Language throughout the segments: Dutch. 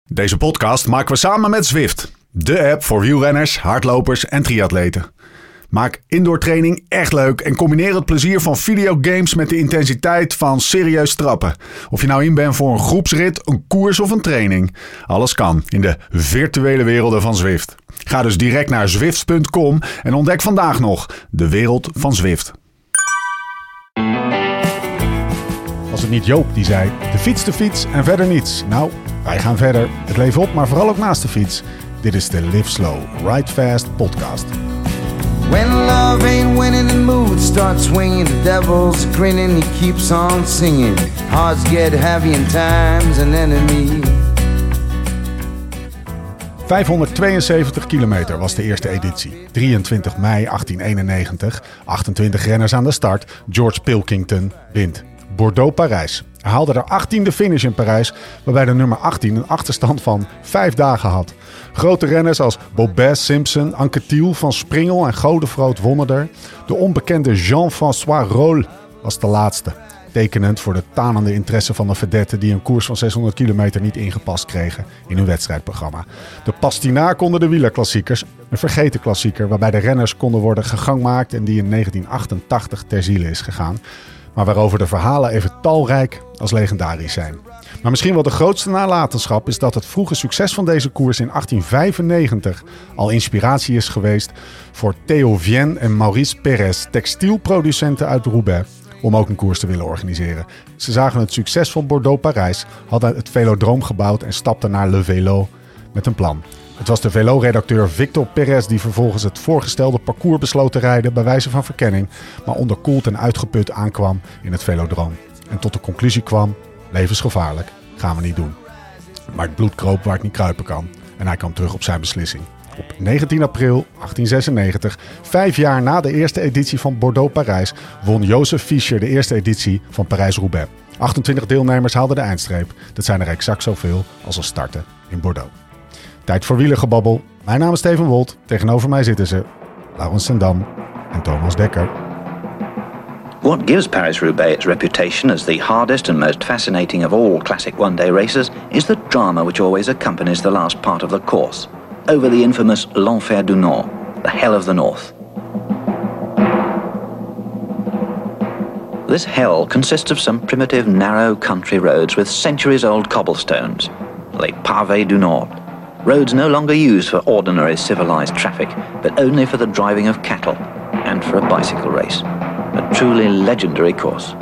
Deze podcast maken we samen met Zwift, de app voor wielrenners, hardlopers en triatleten. Maak indoor training echt leuk en combineer het plezier van videogames met de intensiteit van serieus trappen. Of je nou in bent voor een groepsrit, een koers of een training. Alles kan in de virtuele werelden van Zwift. Ga dus direct naar Zwift.com en ontdek vandaag nog de wereld van Zwift. Was het niet Joop die zei, de fiets en verder niets. Nou, wij gaan verder. Het leven op, maar vooral ook naast de fiets. Dit is de Live Slow, Ride Fast podcast. When love ain't winning, the mood starts swinging. The devil's grinning, he keeps on singing. Hearts get heavy and time's an enemy. 572 kilometer was de eerste editie. 23 mei 1891. 28 renners aan de start. George Pilkington wint. Bordeaux-Parijs. Hij haalde de 18e finish in Parijs, waarbij de nummer 18 een achterstand van 5 dagen had. Grote renners als Bobet, Simpson, Anquetil, Van Springel en Godefroot wonnen er. De onbekende Jean-François Roll was de laatste. Tekenend voor de tanende interesse van de vedetten die een koers van 600 kilometer niet ingepast kregen in hun wedstrijdprogramma. De Pastinaar konden de wielerklassiekers, een vergeten klassieker waarbij de renners konden worden gegangmaakt en die in 1988 ter ziele is gegaan. Maar waarover de verhalen even talrijk als legendarisch zijn. Maar misschien wel de grootste nalatenschap is dat het vroege succes van deze koers in 1895 al inspiratie is geweest voor Theo Vienne en Maurice Perez, textielproducenten uit Roubaix, om ook een koers te willen organiseren. Ze zagen het succes van Bordeaux-Parijs, hadden het velodroom gebouwd en stapten naar Le Vélo met een plan. Het was de Velo-redacteur Victor Perez die vervolgens het voorgestelde parcours besloot te rijden bij wijze van verkenning, maar onderkoeld en uitgeput aankwam in het velodroom. En tot de conclusie kwam, levensgevaarlijk, gaan we niet doen. Maar het bloed kroop waar het niet kruipen kan en hij kwam terug op zijn beslissing. Op 19 april 1896, 5 jaar na de eerste editie van Bordeaux-Parijs, won Joseph Fischer de eerste editie van Parijs-Roubaix. 28 deelnemers haalden de eindstreep. Dat zijn er exact zoveel als er starten in Bordeaux. Tijd voor wielergebabbel. Mijn naam is Steven Wolt. Tegenover mij zitten ze Laurens Sendam en Thomas Dekker. What gives Paris-Roubaix its reputation as the hardest and most fascinating of all classic one-day races is the drama which always accompanies the last part of the course, over the infamous l'Enfer du Nord, the Hell of the North. This hell consists of some primitive narrow country roads with centuries-old cobblestones, les pavés du Nord. Roads no longer used for ordinary civilized traffic, but only for the driving of cattle and for a bicycle race. A truly legendary course.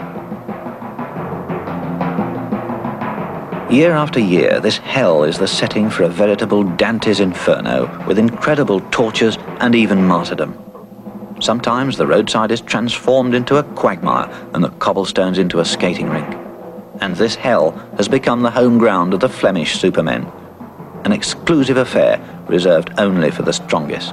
Year after year, this hell is the setting for a veritable Dante's Inferno, with incredible tortures and even martyrdom. Sometimes the roadside is transformed into a quagmire and the cobblestones into a skating rink. And this hell has become the home ground of the Flemish supermen. An exclusive affair reserved only for the strongest.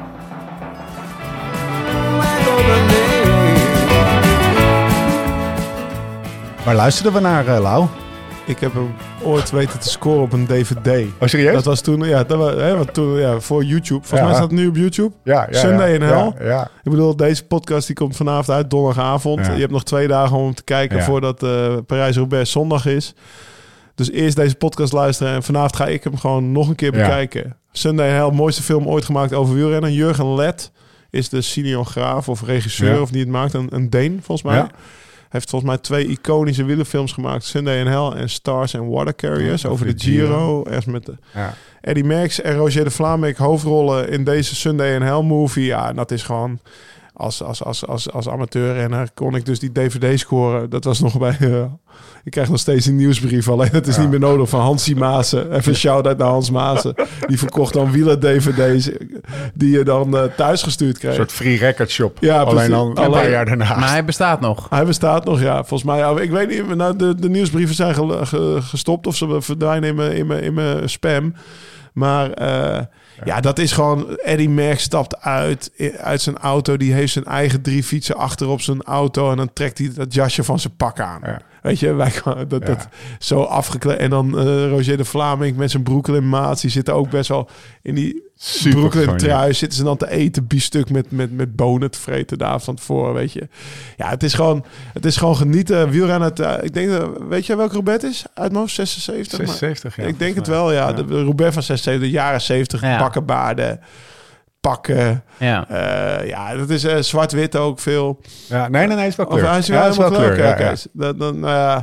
Waar luisterden we naar, Lau? Ik heb hem ooit weten te scoren op een DVD. Oh, serieus? Dat was toen, voor YouTube. Volgens mij staat het nu op YouTube. Ja, Sunday in Hell. Ja. Ik bedoel, deze podcast die komt vanavond uit, donderdagavond. Ja. Je hebt nog 2 dagen om te kijken voordat Parijs-Roubaix zondag is. Dus eerst deze podcast luisteren en vanavond ga ik hem gewoon nog een keer bekijken. Sunday in Hell, mooiste film ooit gemaakt over wielrennen. Jurgen Lett is de cineograaf of regisseur of die het maakt. Een Deen, volgens mij. Ja. Heeft volgens mij 2 iconische wielerfilms gemaakt. Sunday in Hell en Stars and Water Carriers. Over de Giro. Eerst met de Eddy Merckx en Roger de Vlaeminck hoofdrollen in deze Sunday in Hell movie. Ja, dat is gewoon... Als amateurrenner kon ik dus die DVD scoren. Dat was nog bij... ik krijg nog steeds een nieuwsbrief. Alleen het is niet meer nodig van Hansie Maassen. Even een shout-out naar Hans Maassen. Die verkocht dan wieler-DVD's die je dan thuis gestuurd kreeg. Een soort free record shop. Ja, alleen dan een paar jaar daarna. Maar hij bestaat nog. Hij bestaat nog, ja. Volgens mij... Ik weet niet, nou, de nieuwsbrieven zijn gestopt of ze verdwijnen in mijn spam. Maar... Ja, dat is gewoon... Eddy Merckx stapt uit zijn auto. Die heeft zijn eigen 3 fietsen achter op zijn auto. En dan trekt hij dat jasje van zijn pak aan. Ja. Weet je, dat zo afgekleed. En dan Roger de Vlaeminck met zijn Brooklyn maats. Die zitten ook best wel in die... Super broek en trui zitten ze dan te eten, biefstuk met bonen te vreten de avond van tevoren, weet je. Ja, het is gewoon genieten. Wielrennen, ik denk, weet je welke Roubaix het is? Uit mijn hoofd 76? 76, ja. Ik denk het wel, ja. De Roubaix van 76, de jaren 70, bakkenbaarden, pakken. Ja, dat is zwart-wit ook veel. Ja, nee, is wel kleur. Of hij is wel helemaal kleur.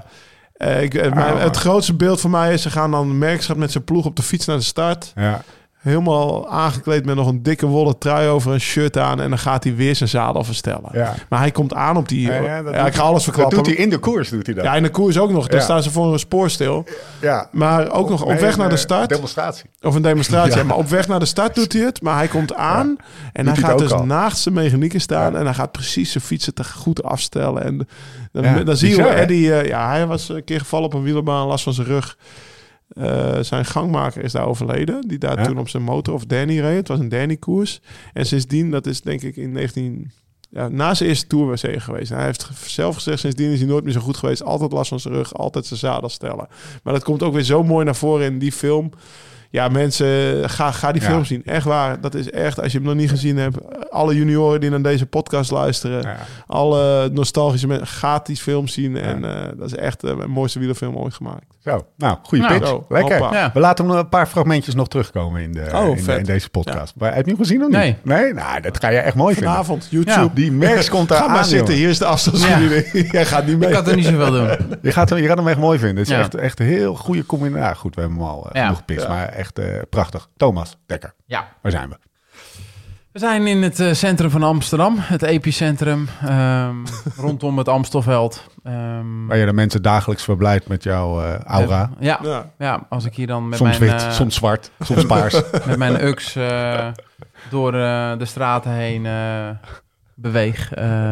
Het grootste beeld voor mij is, ze gaan dan Merckx met zijn ploeg op de fiets naar de start. Ja. Helemaal aangekleed met nog een dikke wollen trui over een shirt aan. En dan gaat hij weer zijn zadel verstellen. Ja. Maar hij komt aan op die... ik ga alles verklappen. Dat doet hij in de koers, doet hij dat. Ja, in de koers ook nog. Dan staan ze voor een spoor stil. Ja. Maar ook nog op weg naar de start. Demonstratie. Of een demonstratie. Ja. Maar op weg naar de start doet hij het. Maar hij komt aan. En hij gaat dus naast zijn mechanieker staan. Ja. En hij gaat precies zijn fietsen te goed afstellen. En dan zie je hoe Eddie... hij was een keer gevallen op een wielerbaan. Last van zijn rug. Zijn gangmaker is daar overleden. Die daar toen op zijn motor of Danny reed. Het was een Danny-koers. En sindsdien, dat is denk ik in 19... Ja, na zijn eerste Tour was hij geweest. En hij heeft zelf gezegd, sindsdien is hij nooit meer zo goed geweest. Altijd last van zijn rug, altijd zijn zadel stellen. Maar dat komt ook weer zo mooi naar voren in die film. Ja, mensen, ga die film zien. Echt waar. Dat is echt, als je hem nog niet gezien hebt. Alle junioren die naar deze podcast luisteren. Ja. Alle nostalgische mensen. Ga die film zien. Ja. En dat is echt een mooiste wielerfilm ooit gemaakt. Zo, nou, goede pitch. Zo, lekker. Ja. We laten hem een paar fragmentjes nog terugkomen in deze podcast. Ja. Heb je hem gezien of niet? Nee? Nou, dat ga je echt mooi vinden. Vanavond, YouTube. Ja. Die Merckx komt daar aan. Ga maar zitten, hier is de afstandsbediening. Jij gaat niet mee. Ik kan er niet zoveel doen. Je gaat hem echt mooi vinden. Het is echt een heel goede combinatie. Nou, goed, we hebben hem al genoeg gepist, maar echt prachtig. Thomas Dekker, waar zijn we? We zijn in het centrum van Amsterdam, het epicentrum, rondom het Amstelveld. Waar je de mensen dagelijks verblijdt met jouw aura. Ja, als ik hier dan met soms wit, soms zwart, soms paars. Met mijn UX door de straten heen beweeg.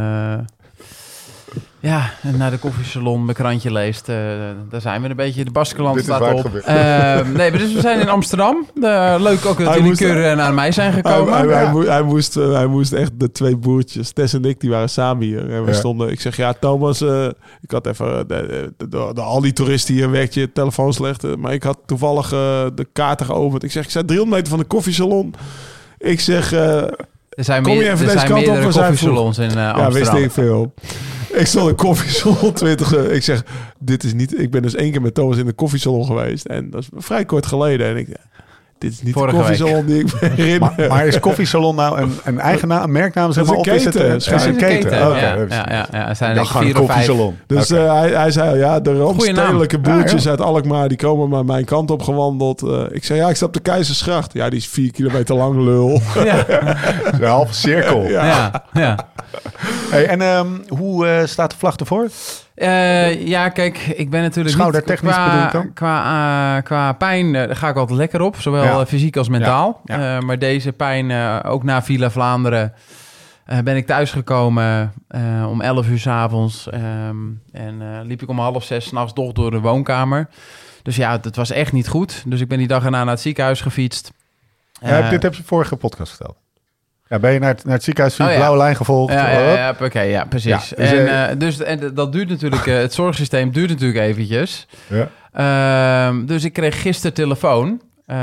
En naar de koffiesalon, mijn krantje leest. Daar zijn we een beetje. De Baskeland staat op. Dus we zijn in Amsterdam. Leuk ook dat jullie keuren naar mij zijn gekomen. Hij moest echt, de twee broertjes, Tess en ik, die waren samen hier. En we stonden, ik zeg, Thomas, ik had even, al die toeristen hier werkt je telefoon slecht. Maar ik had toevallig de kaarten geopend. Ik zeg, 300 meter van de koffiesalon. Ik zeg, er zijn meerdere koffiesalons in Amsterdam. Ja, wist ik veel. Ik stond in koffiesalon 20. Ik zeg, dit is niet... Ik ben dus 1 keer met Thomas in de koffiesalon geweest. En dat is vrij kort geleden. En ik dit is niet vorige de koffiesalon die ik me herinner. Maar is koffiesalon nou een eigen naam, een merknaam? Zeg maar, of is het een keten? Ja, zijn er 4 of 5. Dus hij zei, de rooms-stedelijke boertjes uit Alkmaar, die komen maar mijn kant op gewandeld. Ik zei, ik sta op de Keizersgracht. Ja, die is 4 kilometer lang, lul. Een halve cirkel. Ja. Hey, en hoe staat de vlag ervoor? Kijk, ik ben natuurlijk schoudertechnisch bedoeld dan? Qua pijn ga ik altijd lekker op, zowel fysiek als mentaal. Ja. Maar deze pijn, ook na Villa Vlaanderen, ben ik thuisgekomen om 11 uur 's avonds. En liep ik om 5:30 s'nachts toch door de woonkamer. Dus het was echt niet goed. Dus ik ben die dag erna naar het ziekenhuis gefietst. Dit heb je vorige podcast verteld. Ja, ben je naar het ziekenhuis via de blauwe lijn gevolgd? Ja, precies. Ja, en dat duurt natuurlijk... het zorgsysteem duurt natuurlijk eventjes. Ja. Dus ik kreeg gisteren telefoon.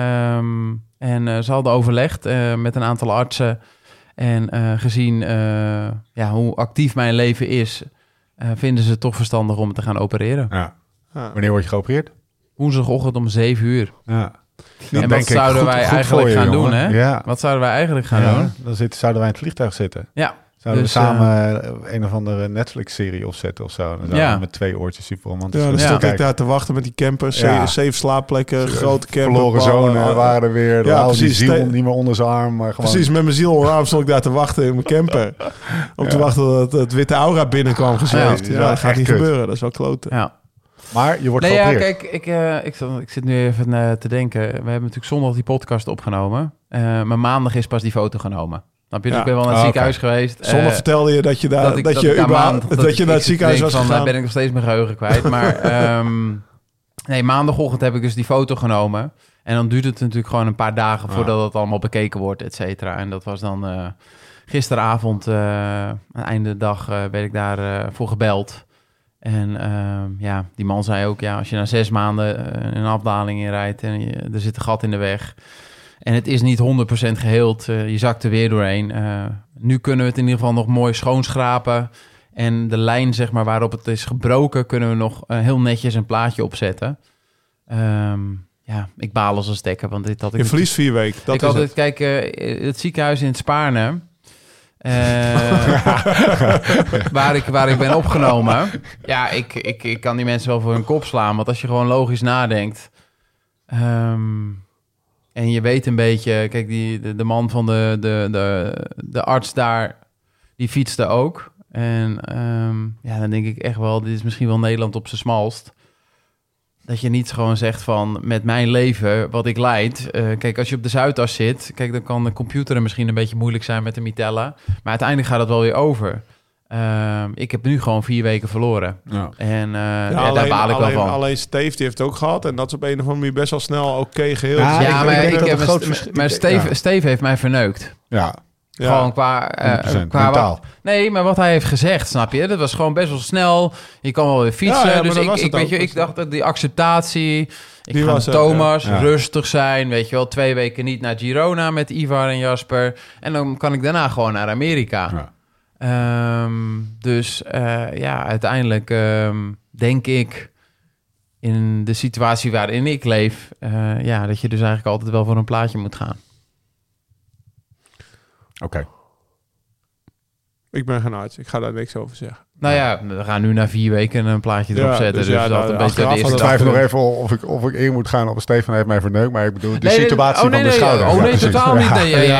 En ze hadden overlegd met een aantal artsen. En gezien hoe actief mijn leven is... vinden ze het toch verstandig om te gaan opereren. Ja. Wanneer word je geopereerd? Woensdagochtend om 7 uur. Ja. En wat zouden wij eigenlijk gaan doen, hè? Ja. Wat zouden wij eigenlijk gaan doen? Dan zouden wij in het vliegtuig zitten. Ja. Zouden we samen een of andere Netflix-serie opzetten of zo. Dan zouden we met 2 oortjes super romantisch. Dan stond ik daar te wachten met die campers. 7 slaapplekken, grote camper. Verloren zonen waren er weer. Die ziel niet meer onder zijn arm. Maar gewoon... Precies, met mijn ziel onder arm stond ik daar te wachten in mijn camper. Om te wachten dat het witte aura binnenkwam gezweefd. Dat gaat niet gebeuren. Dat is wel kloten. Ja. Maar je wordt geopereerd. Ja, kijk, ik zit nu even te denken. We hebben natuurlijk zondag die podcast opgenomen. Maar maandag is pas die foto genomen. Snap je? Dus ik ben wel naar het ziekenhuis geweest. Zondag vertelde je dat je daar dat je naar het ziekenhuis was gegaan. Daar ben ik nog steeds mijn geheugen kwijt. Maar maandagochtend heb ik dus die foto genomen. En dan duurt het natuurlijk gewoon een paar dagen voordat het allemaal bekeken wordt, et cetera. En dat was dan gisteravond, aan het einde de dag, werd ik daarvoor gebeld. En die man zei ook, als je na 6 maanden een afdaling inrijdt en er zit een gat in de weg En het is niet 100% geheeld. Je zakt er weer doorheen. Nu kunnen we het in ieder geval nog mooi schoonschrapen. En de lijn, zeg maar, waarop het is gebroken, kunnen we nog heel netjes een plaatje opzetten. Ik baal als een stekker. Want dit had ik. Je verliest 4 weken. Ik altijd kijk, het ziekenhuis in het Spaarne. Waar ik ben opgenomen. Ja, ik kan die mensen wel voor hun kop slaan. Want als je gewoon logisch nadenkt. En je weet een beetje... Kijk, de man van de arts daar... Die fietste ook. En dan denk ik echt wel... Dit is misschien wel Nederland op zijn smalst. Dat je niet gewoon zegt van... Met mijn leven, wat ik leid... kijk, als je op de Zuidas zit... Kijk, dan kan de computer misschien een beetje moeilijk zijn met de mitella. Maar uiteindelijk gaat het wel weer over. Ik heb nu gewoon 4 weken verloren. Ja. En daar baal ik wel van. Alleen Steve, die heeft het ook gehad. En dat is op een of andere manier best wel snel oké geheel. Maar Steve heeft mij verneukt. Ja. Gewoon qua wat, nee, maar wat hij heeft gezegd, snap je? Dat was gewoon best wel snel. Je kan wel weer fietsen. Dus ik dacht dat die acceptatie... Ik ga Thomas, rustig zijn. Weet je wel, 2 weken niet naar Girona met Ivar en Jasper. En dan kan ik daarna gewoon naar Amerika. Ja. Uiteindelijk denk ik... in de situatie waarin ik leef... dat je dus eigenlijk altijd wel voor een plaatje moet gaan. Oké. Ik ben geen arts. Ik ga daar niks over zeggen. Nou ja, we gaan nu na 4 weken een plaatje erop zetten. Dus dat een beetje de eerste dag. Ik twijfel nog even of ik in moet gaan op Stefan heeft mij verneukt. Maar ik bedoel de situatie van de schouder. Totaal niet.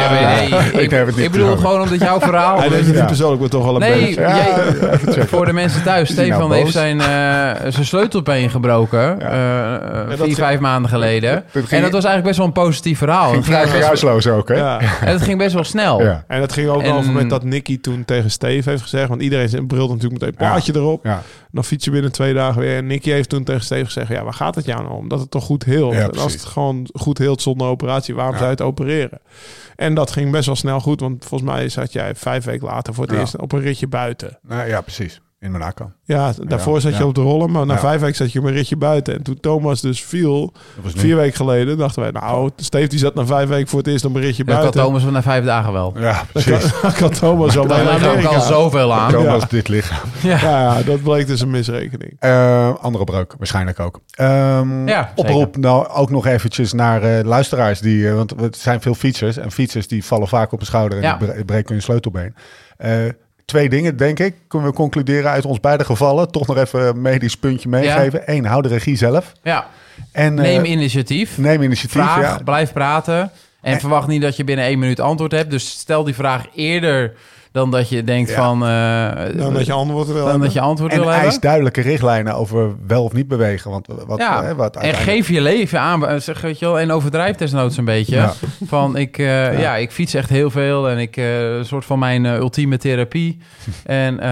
Ik bedoel gewoon omdat jouw verhaal... Hij neemt het niet persoonlijk, maar toch wel een beetje. Voor de mensen thuis. Stefan heeft zijn sleutelbeen gebroken. 4-5 maanden geleden. En dat was eigenlijk best wel een positief verhaal. Het ging vrij geruisloos ook, hè? En het ging best wel snel. En het ging ook over het moment dat Nicky toen tegen Steve heeft gezegd. Want iedereen brult natuurlijk met een plaatje erop. Ja. Dan fiets je binnen 2 dagen weer. En Nicky heeft toen tegen Steve gezegd... Ja, waar gaat het jou nou om? Dat het toch goed heelt. Ja, en als het gewoon goed heelt zonder operatie... waarom zou je het opereren? En dat ging best wel snel goed. Want volgens mij zat jij 5 weken later... voor het eerst op een ritje buiten. Nou, ja, precies. In Monaco. Ja, daarvoor zat je op de rollen. Maar na 5 weken zat je op een ritje buiten. En toen Thomas dus viel... 4 weken geleden... dachten wij... Nou, Steve die zat na 5 weken voor het eerst op een ritje buiten. Ik had Thomas wel na 5 dagen wel. Ja, precies. Ik had Thomas al bijna Amerika. Ook al zoveel aan. Thomas dit lichaam. Ja, dat bleek dus een misrekening. Andere breuk, waarschijnlijk ook. Oproep nou ook nog eventjes naar luisteraars. Want het zijn veel fietsers. En fietsers die vallen vaak op een schouder... en die breken hun sleutelbeen. 2 dingen, denk ik, kunnen we concluderen uit ons beide gevallen. Toch nog even een medisch puntje meegeven. 1, hou de regie zelf. Ja. En, neem initiatief. Vraag, blijf praten. En verwacht niet dat je binnen 1 minuut antwoord hebt. Dus stel die vraag eerder dan dat je denkt van... dan dat je antwoord wil hebben. En eis duidelijke richtlijnen over wel of niet bewegen. Want en geef je leven aan. Zeg, weet je wel, en overdrijf desnoods een beetje. Ja. Van ik fiets echt heel veel. En ik een soort van mijn ultieme therapie. En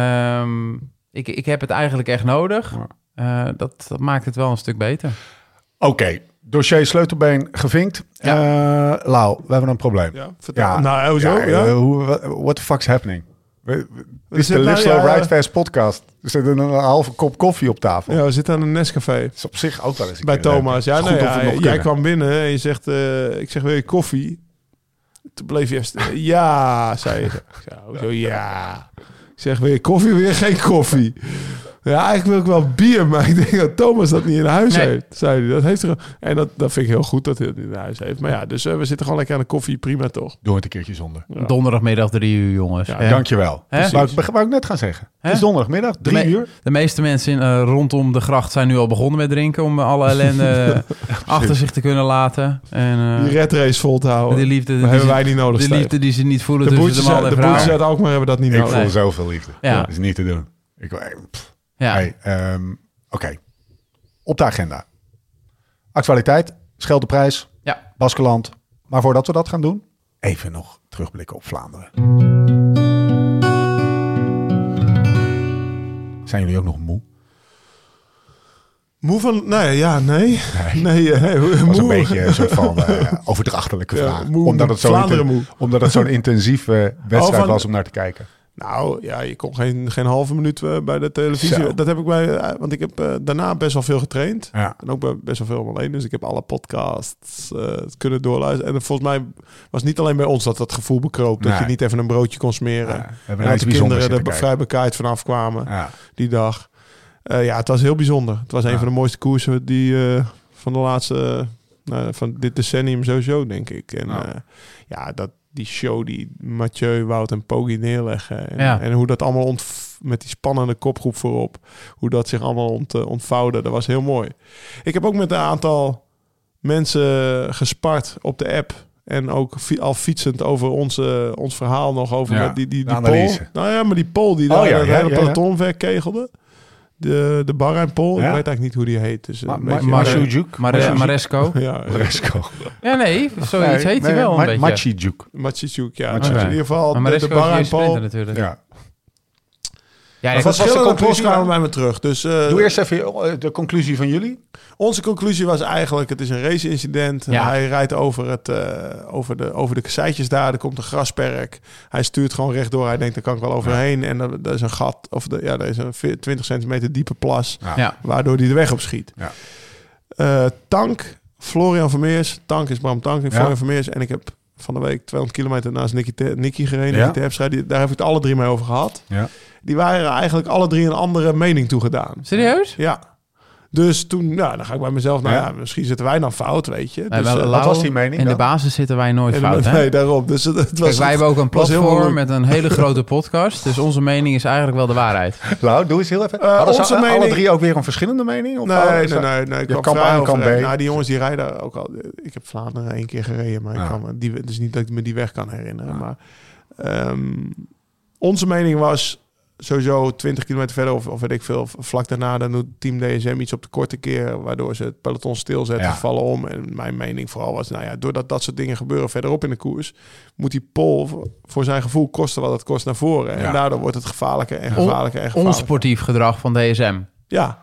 ik heb het eigenlijk echt nodig. Dat maakt het wel een stuk beter. Oké. Dossier sleutelbeen gevinkt. Ja. Lau, we hebben een probleem. Ja, nou, hoezo? What the fuck's happening? Dit is de Live Slow Ride Fast podcast. Er zit een halve kop koffie op tafel. Ja, we zitten aan een Nescafé. Dat is op zich ook wel eens een bij keer, Thomas. Jij kwam binnen en je zegt... ik zeg, wil je koffie? Toen bleef je... zei je. Ik zei, hoezo ja? Ik zeg, wil je koffie? Wil je geen koffie? Ja, eigenlijk wil ik wel bier, maar ik denk dat Thomas dat niet in huis heeft. Zei hij. Dat heeft er. En dat vind ik heel goed dat hij het niet in huis heeft. Maar ja, dus we zitten gewoon lekker aan de koffie, prima toch? Doe het een keertje zonder. Ja. Donderdagmiddag 3 uur, jongens. Ja, dankjewel. Wou ik net gaan zeggen. Het is donderdagmiddag, 3 uur. De meeste mensen rondom de gracht zijn nu al begonnen met drinken... om alle ellende achter zich te kunnen laten. En, die red race vol te houden. Die liefde, hebben wij niet nodig. De liefde die ze niet voelen tussen de man en vrouw. De boetjes uit Alkmaar hebben dat niet nodig. Ik voel zoveel liefde. Ja. Dat is niet te doen. Ja. Oké. Op de agenda. Actualiteit, Scheldeprijs, Baskeland. Maar voordat we dat gaan doen, even nog terugblikken op Vlaanderen. Zijn jullie ook nog moe? Moe van... Nee. Was een beetje een soort van overdrachtelijke vraag. Omdat het zo'n intensieve wedstrijd was om naar te kijken. Nou, ja, je kon geen halve minuut bij de televisie. Zo. Dat heb ik want ik heb daarna best wel veel getraind. Ja. En ook best wel veel alleen. Dus ik heb alle podcasts kunnen doorluisteren. En volgens mij was het niet alleen bij ons dat gevoel bekroop. Dat je niet even een broodje kon smeren. Ja. En dat de kinderen er vrij bekaaid vanaf kwamen die dag. Het was heel bijzonder. Het was een van de mooiste koersen die van de laatste... van dit decennium sowieso, denk ik. En die show die Mathieu, Wout en Poggi neerleggen. En hoe dat allemaal met die spannende kopgroep voorop. Hoe dat zich allemaal ontvouwde. Dat was heel mooi. Ik heb ook met een aantal mensen gespart op de app. En ook al fietsend over ons verhaal nog. Over die Pol. Nou ja, maar die Pol die daar het hele peloton verkegelde. De Bahrein-Pol, ik weet eigenlijk niet hoe die heet. Dus Maresco. Maresco. Ja, nee, zoiets heet hij wel een beetje. Machijuk, ja. In ieder geval de Bahrein-Pol. Natuurlijk. Ja. Ja, wat was de conclusie? Kwamen bij me terug. Dus, doe eerst even de conclusie van jullie. Onze conclusie was eigenlijk, het is een race-incident. Ja. Hij rijdt over de kasseitjes daar. Er komt een grasperk. Hij stuurt gewoon rechtdoor. Hij denkt, daar kan ik wel overheen. En er is een gat. Er is een 20 centimeter diepe plas. Ja. Waardoor hij de weg op schiet. Ja. Tank, Florian Vermeers. Tank is Bram Tank. Florian Vermeers. En ik heb van de week 200 kilometer naast Nicky gereden. Ja. Daar heb ik het alle drie mee over gehad. Ja. Die waren eigenlijk alle drie een andere mening toegedaan. Serieus? Ja. Dus toen, dan ga ik bij mezelf... misschien zitten wij dan fout, weet je. Nee, dus, wat was die mening? In de basis zitten wij nooit fout, hè? Nee, daarom. Dus het was, wij hebben ook een platform met een hele grote podcast. Dus onze mening is eigenlijk wel de waarheid. Lau, doe eens heel even. Hadden ze alle drie ook weer een verschillende mening? Of nee. Ik kwam A en kamp B. Nou, die jongens die rijden ook al... Ik heb Vlaanderen 1 keer gereden, maar ik kan dus niet dat ik me die weg kan herinneren. Ja. Maar onze mening was... Sowieso 20 kilometer verder of weet ik veel, vlak daarna dan doet Team DSM iets op de korte keer, waardoor ze het peloton stilzetten, vallen om. En mijn mening vooral was, doordat dat soort dingen gebeuren verderop in de koers, moet die Pol voor zijn gevoel kosten wat het kost naar voren. En daardoor wordt het gevaarlijker en gevaarlijker. Onsportief gedrag van DSM. Ja.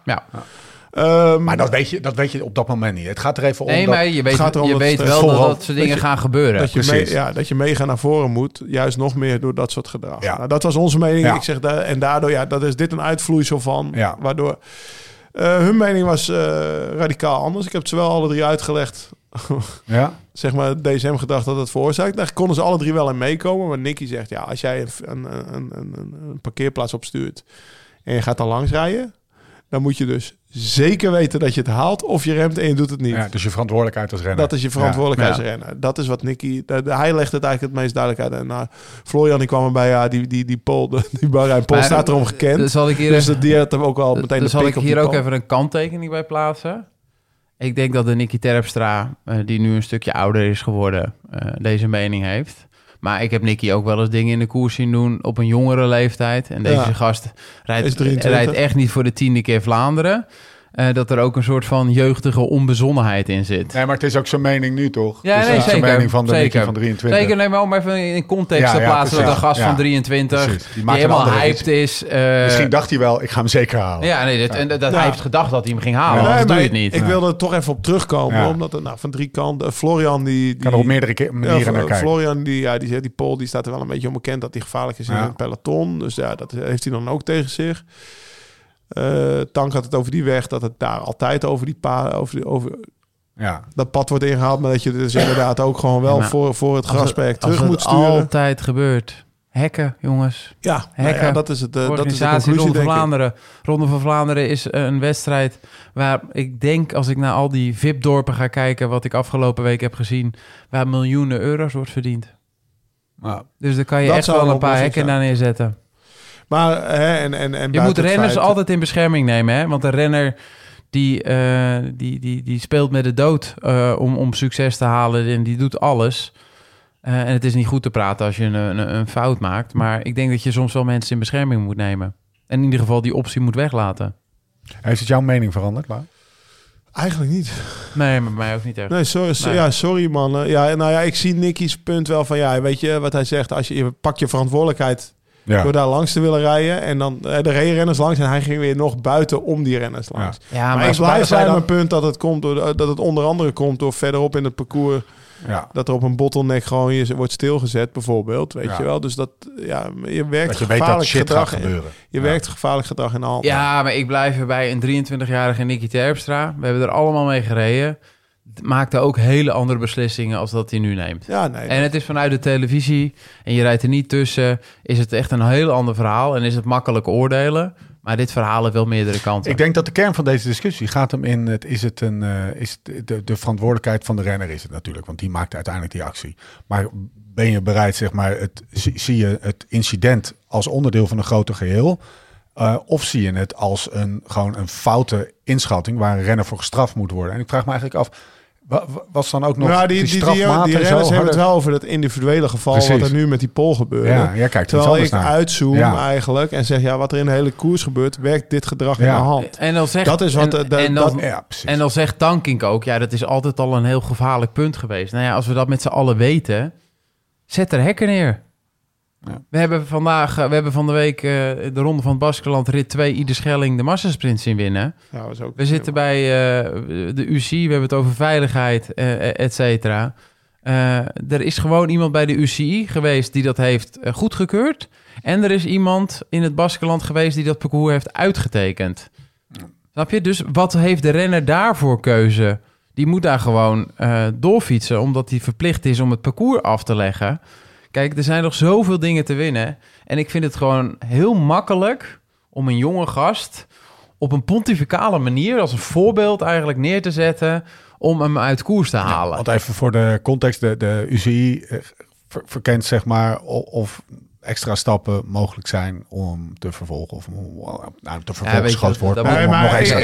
Maar dat weet je op dat moment niet. Het gaat er even om. Nee, maar je weet wel dat soort dingen gaan gebeuren. Dat je mega naar voren moet. Juist nog meer door dat soort gedrag. Ja. Nou, dat was onze mening. Ja. Ik zeg en daardoor, dat is dit een uitvloeisel van. Ja. Waardoor hun mening was radicaal anders. Ik heb het ze wel alle drie uitgelegd. Zeg maar, DSM gedacht dat het veroorzaakt. Daar konden ze alle drie wel in meekomen. Maar Nicky zegt, als jij een parkeerplaats opstuurt en je gaat dan langs rijden, dan moet je dus zeker weten dat je het haalt of je remt en je doet het niet. Ja, dus je verantwoordelijkheid als renner. Dat is je verantwoordelijkheid als renner. Dat is wat Nicky... Hij legt het eigenlijk het meest duidelijk uit. En Florian die kwam erbij, die Pol, die Bahrein-Pol staat erom gekend. Dus die had hem ook al meteen de zal ik hier ook even een kanttekening bij plaatsen. Ik denk dat de Nicky Terpstra, die nu een stukje ouder is geworden, deze mening heeft. Maar ik heb Nicky ook wel eens dingen in de koers zien doen op een jongere leeftijd. En deze gast rijdt echt niet voor de 10e keer Vlaanderen. Dat er ook een soort van jeugdige onbezonnenheid in zit. Nee, maar het is ook zijn mening nu, toch? Ja, dus nee, zeker. Zijn mening van de Nicky van 23. Zeker, nee, maar om even in context te plaatsen dat een gast van 23... die helemaal hyped is. Misschien dacht hij wel, ik ga hem zeker halen. Ja, nee, hij heeft gedacht dat hij hem ging halen. Anders doe je het niet. Ik wilde er toch even op terugkomen. Omdat er van 3 kanten... Florian die kan er op meerdere manieren naar kijken. Florian die Pol, die staat er wel een beetje onbekend dat hij gevaarlijk is in het peloton. Dus dat heeft hij dan ook tegen zich. Tank had het over die weg, dat het daar altijd over die dat pad wordt ingehaald, maar dat je dus inderdaad ook gewoon wel voor het grasperk terug moet sturen. Altijd gebeurt. Hekken, jongens. Hekken. Dat is het. Dat is de conclusie, Ronde van Vlaanderen. Ronde van Vlaanderen is een wedstrijd waar ik denk, als ik naar al die VIP-dorpen ga kijken, wat ik afgelopen week heb gezien, waar miljoenen euro's wordt verdiend. Dus dan kan je echt wel een paar hekken daar neerzetten. Maar je moet renners altijd in bescherming nemen, hè? Want een renner die speelt met de dood om succes te halen en die doet alles. En het is niet goed te praten als je een fout maakt, maar ik denk dat je soms wel mensen in bescherming moet nemen. En in ieder geval die optie moet weglaten. Heeft het jouw mening veranderd, Lau? Eigenlijk niet. Nee, maar mij ook niet echt. Nee, sorry man. Ik zie Nicky's punt wel van, weet je wat hij zegt, als je pakt je verantwoordelijkheid door daar langs te willen rijden. En dan de reden renners langs en hij ging weer nog buiten om die renners langs. Ja, maar ik blijf bij mijn punt dat het komt dat het onder andere komt door verderop in het parcours. Ja. Dat er op een bottleneck gewoon je wordt stilgezet, bijvoorbeeld. Weet je wel? Dus dat je werkt gevaarlijk gedrag gebeuren. Je werkt gevaarlijk gedrag in de hand. Ja, maar ik blijf erbij. Een 23-jarige Nicky Terpstra. We hebben er allemaal mee gereden. Maakte ook hele andere beslissingen als dat hij nu neemt. Ja, nee. En het is vanuit de televisie en je rijdt er niet tussen. Is het echt een heel ander verhaal en is het makkelijk oordelen. Maar dit verhaal heeft wel meerdere kanten. Ik denk dat de kern van deze discussie gaat hem in... de verantwoordelijkheid van de renner is het natuurlijk. Want die maakt uiteindelijk die actie. Maar ben je bereid, zeg maar... zie je het incident als onderdeel van een groter geheel... of zie je het als gewoon een foute inschatting... waar een renner voor gestraft moet worden? En ik vraag me eigenlijk af... Was dan ook nog die strafmaat die renners hebben het wel over dat individuele geval... Precies. Wat er nu met die pol gebeurde. Ja, kijk, terwijl ik uitzoom eigenlijk en zeg... wat er in de hele koers gebeurt, werkt dit gedrag in de hand. En dan zegt, dat is wat en dan zegt Tankink ook... ja, dat is altijd al een heel gevaarlijk punt geweest. Nou ja, als we dat met z'n allen weten... zet er hekken neer. Ja. We hebben van de week de Ronde van het Baskeland... rit 2 Ieder Schelling de massasprint zien winnen. Ja, was ook we zitten bij de UCI, we hebben het over veiligheid, et cetera. Er is gewoon iemand bij de UCI geweest die dat heeft goedgekeurd. En er is iemand in het Baskeland geweest die dat parcours heeft uitgetekend. Ja. Snap je? Dus wat heeft de renner daarvoor keuze? Die moet daar gewoon doorfietsen, omdat hij verplicht is om het parcours af te leggen... Kijk, er zijn nog zoveel dingen te winnen. En ik vind het gewoon heel makkelijk om een jonge gast... op een pontificale manier, als een voorbeeld eigenlijk neer te zetten... om hem uit koers te halen. Ja, want even voor de context, de UCI verkent zeg maar... of extra stappen mogelijk zijn om te vervolgen. Of te vervolgen is groot woord. Nog extra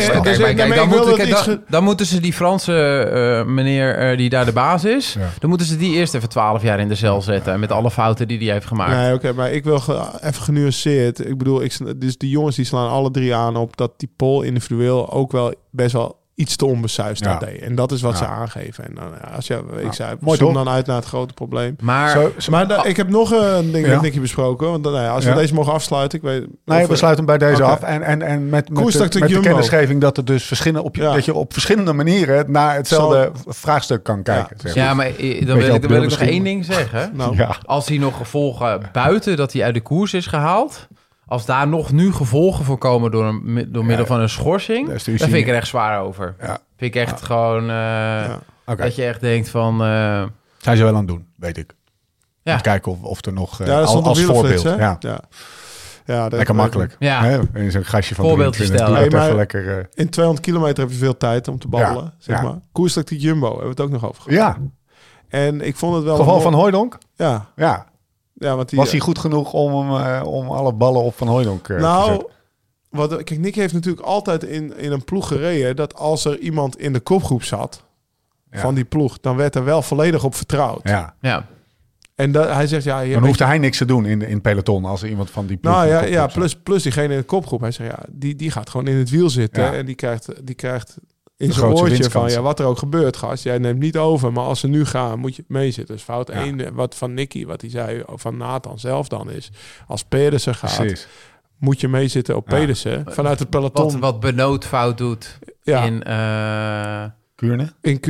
stappen. Dan moeten ze die Franse meneer die daar de baas is... dan moeten ze die eerst even 12 jaar in de cel zetten... met alle fouten die hij heeft gemaakt. Nee, oké, maar ik wil even genuanceerd. Ik bedoel, dus die jongens die slaan alle drie aan op... dat die Pol individueel ook wel best wel... iets te onbesuisd dat deed. En dat is wat ze aangeven. En dan, als ik zei, zoom dan uit naar het grote probleem. Maar ik heb nog een ding met Nicky besproken. Want als we deze mogen afsluiten... we sluiten bij deze af. En met de kennisgeving dat er dus dat je op verschillende manieren... naar hetzelfde vraagstuk kan kijken. Ja, zeg maar dan wil ik nog één ding zeggen. Als hij nog gevolgen buiten dat hij uit de koers is gehaald... Als daar nog nu gevolgen voor komen door middel van een schorsing... daar vind ik er echt zwaar over. Ja. Vind ik echt gewoon... dat je echt denkt van... Zijn ze wel aan het doen, weet ik. Ja. Even kijken of er nog... als voorbeeld. Ja, lekker makkelijk. Ja. In zo'n gastje van voorbeeldje stellen. In 200 kilometer heb je veel tijd om te babbelen. Zeg maar. Koerstactiek Jumbo, hebben we het ook nog over gehad. Ja. En ik vond het wel... Geval van Hooijdonk? Ja. Ja, want was hij goed genoeg om alle ballen op Van Hooijdonk te zetten? Kijk, Nick heeft natuurlijk altijd in een ploeg gereden... dat als er iemand in de kopgroep zat van die ploeg... dan werd er wel volledig op vertrouwd. Ja. En hij zegt... dan hoefde hij niks te doen in peloton als er iemand van die ploeg... plus diegene in de kopgroep. Hij zegt, die gaat gewoon in het wiel zitten... en die krijgt in zijn oortje van... wat er ook gebeurt, gast. Jij neemt niet over, maar als ze nu gaan... moet je meezitten. Dus fout 1, wat van Nicky, wat hij zei... van Nathan zelf dan is... als Pedersen gaat... moet je meezitten op Pedersen... vanuit het peloton. Wat Benoot fout doet in... Kuurne?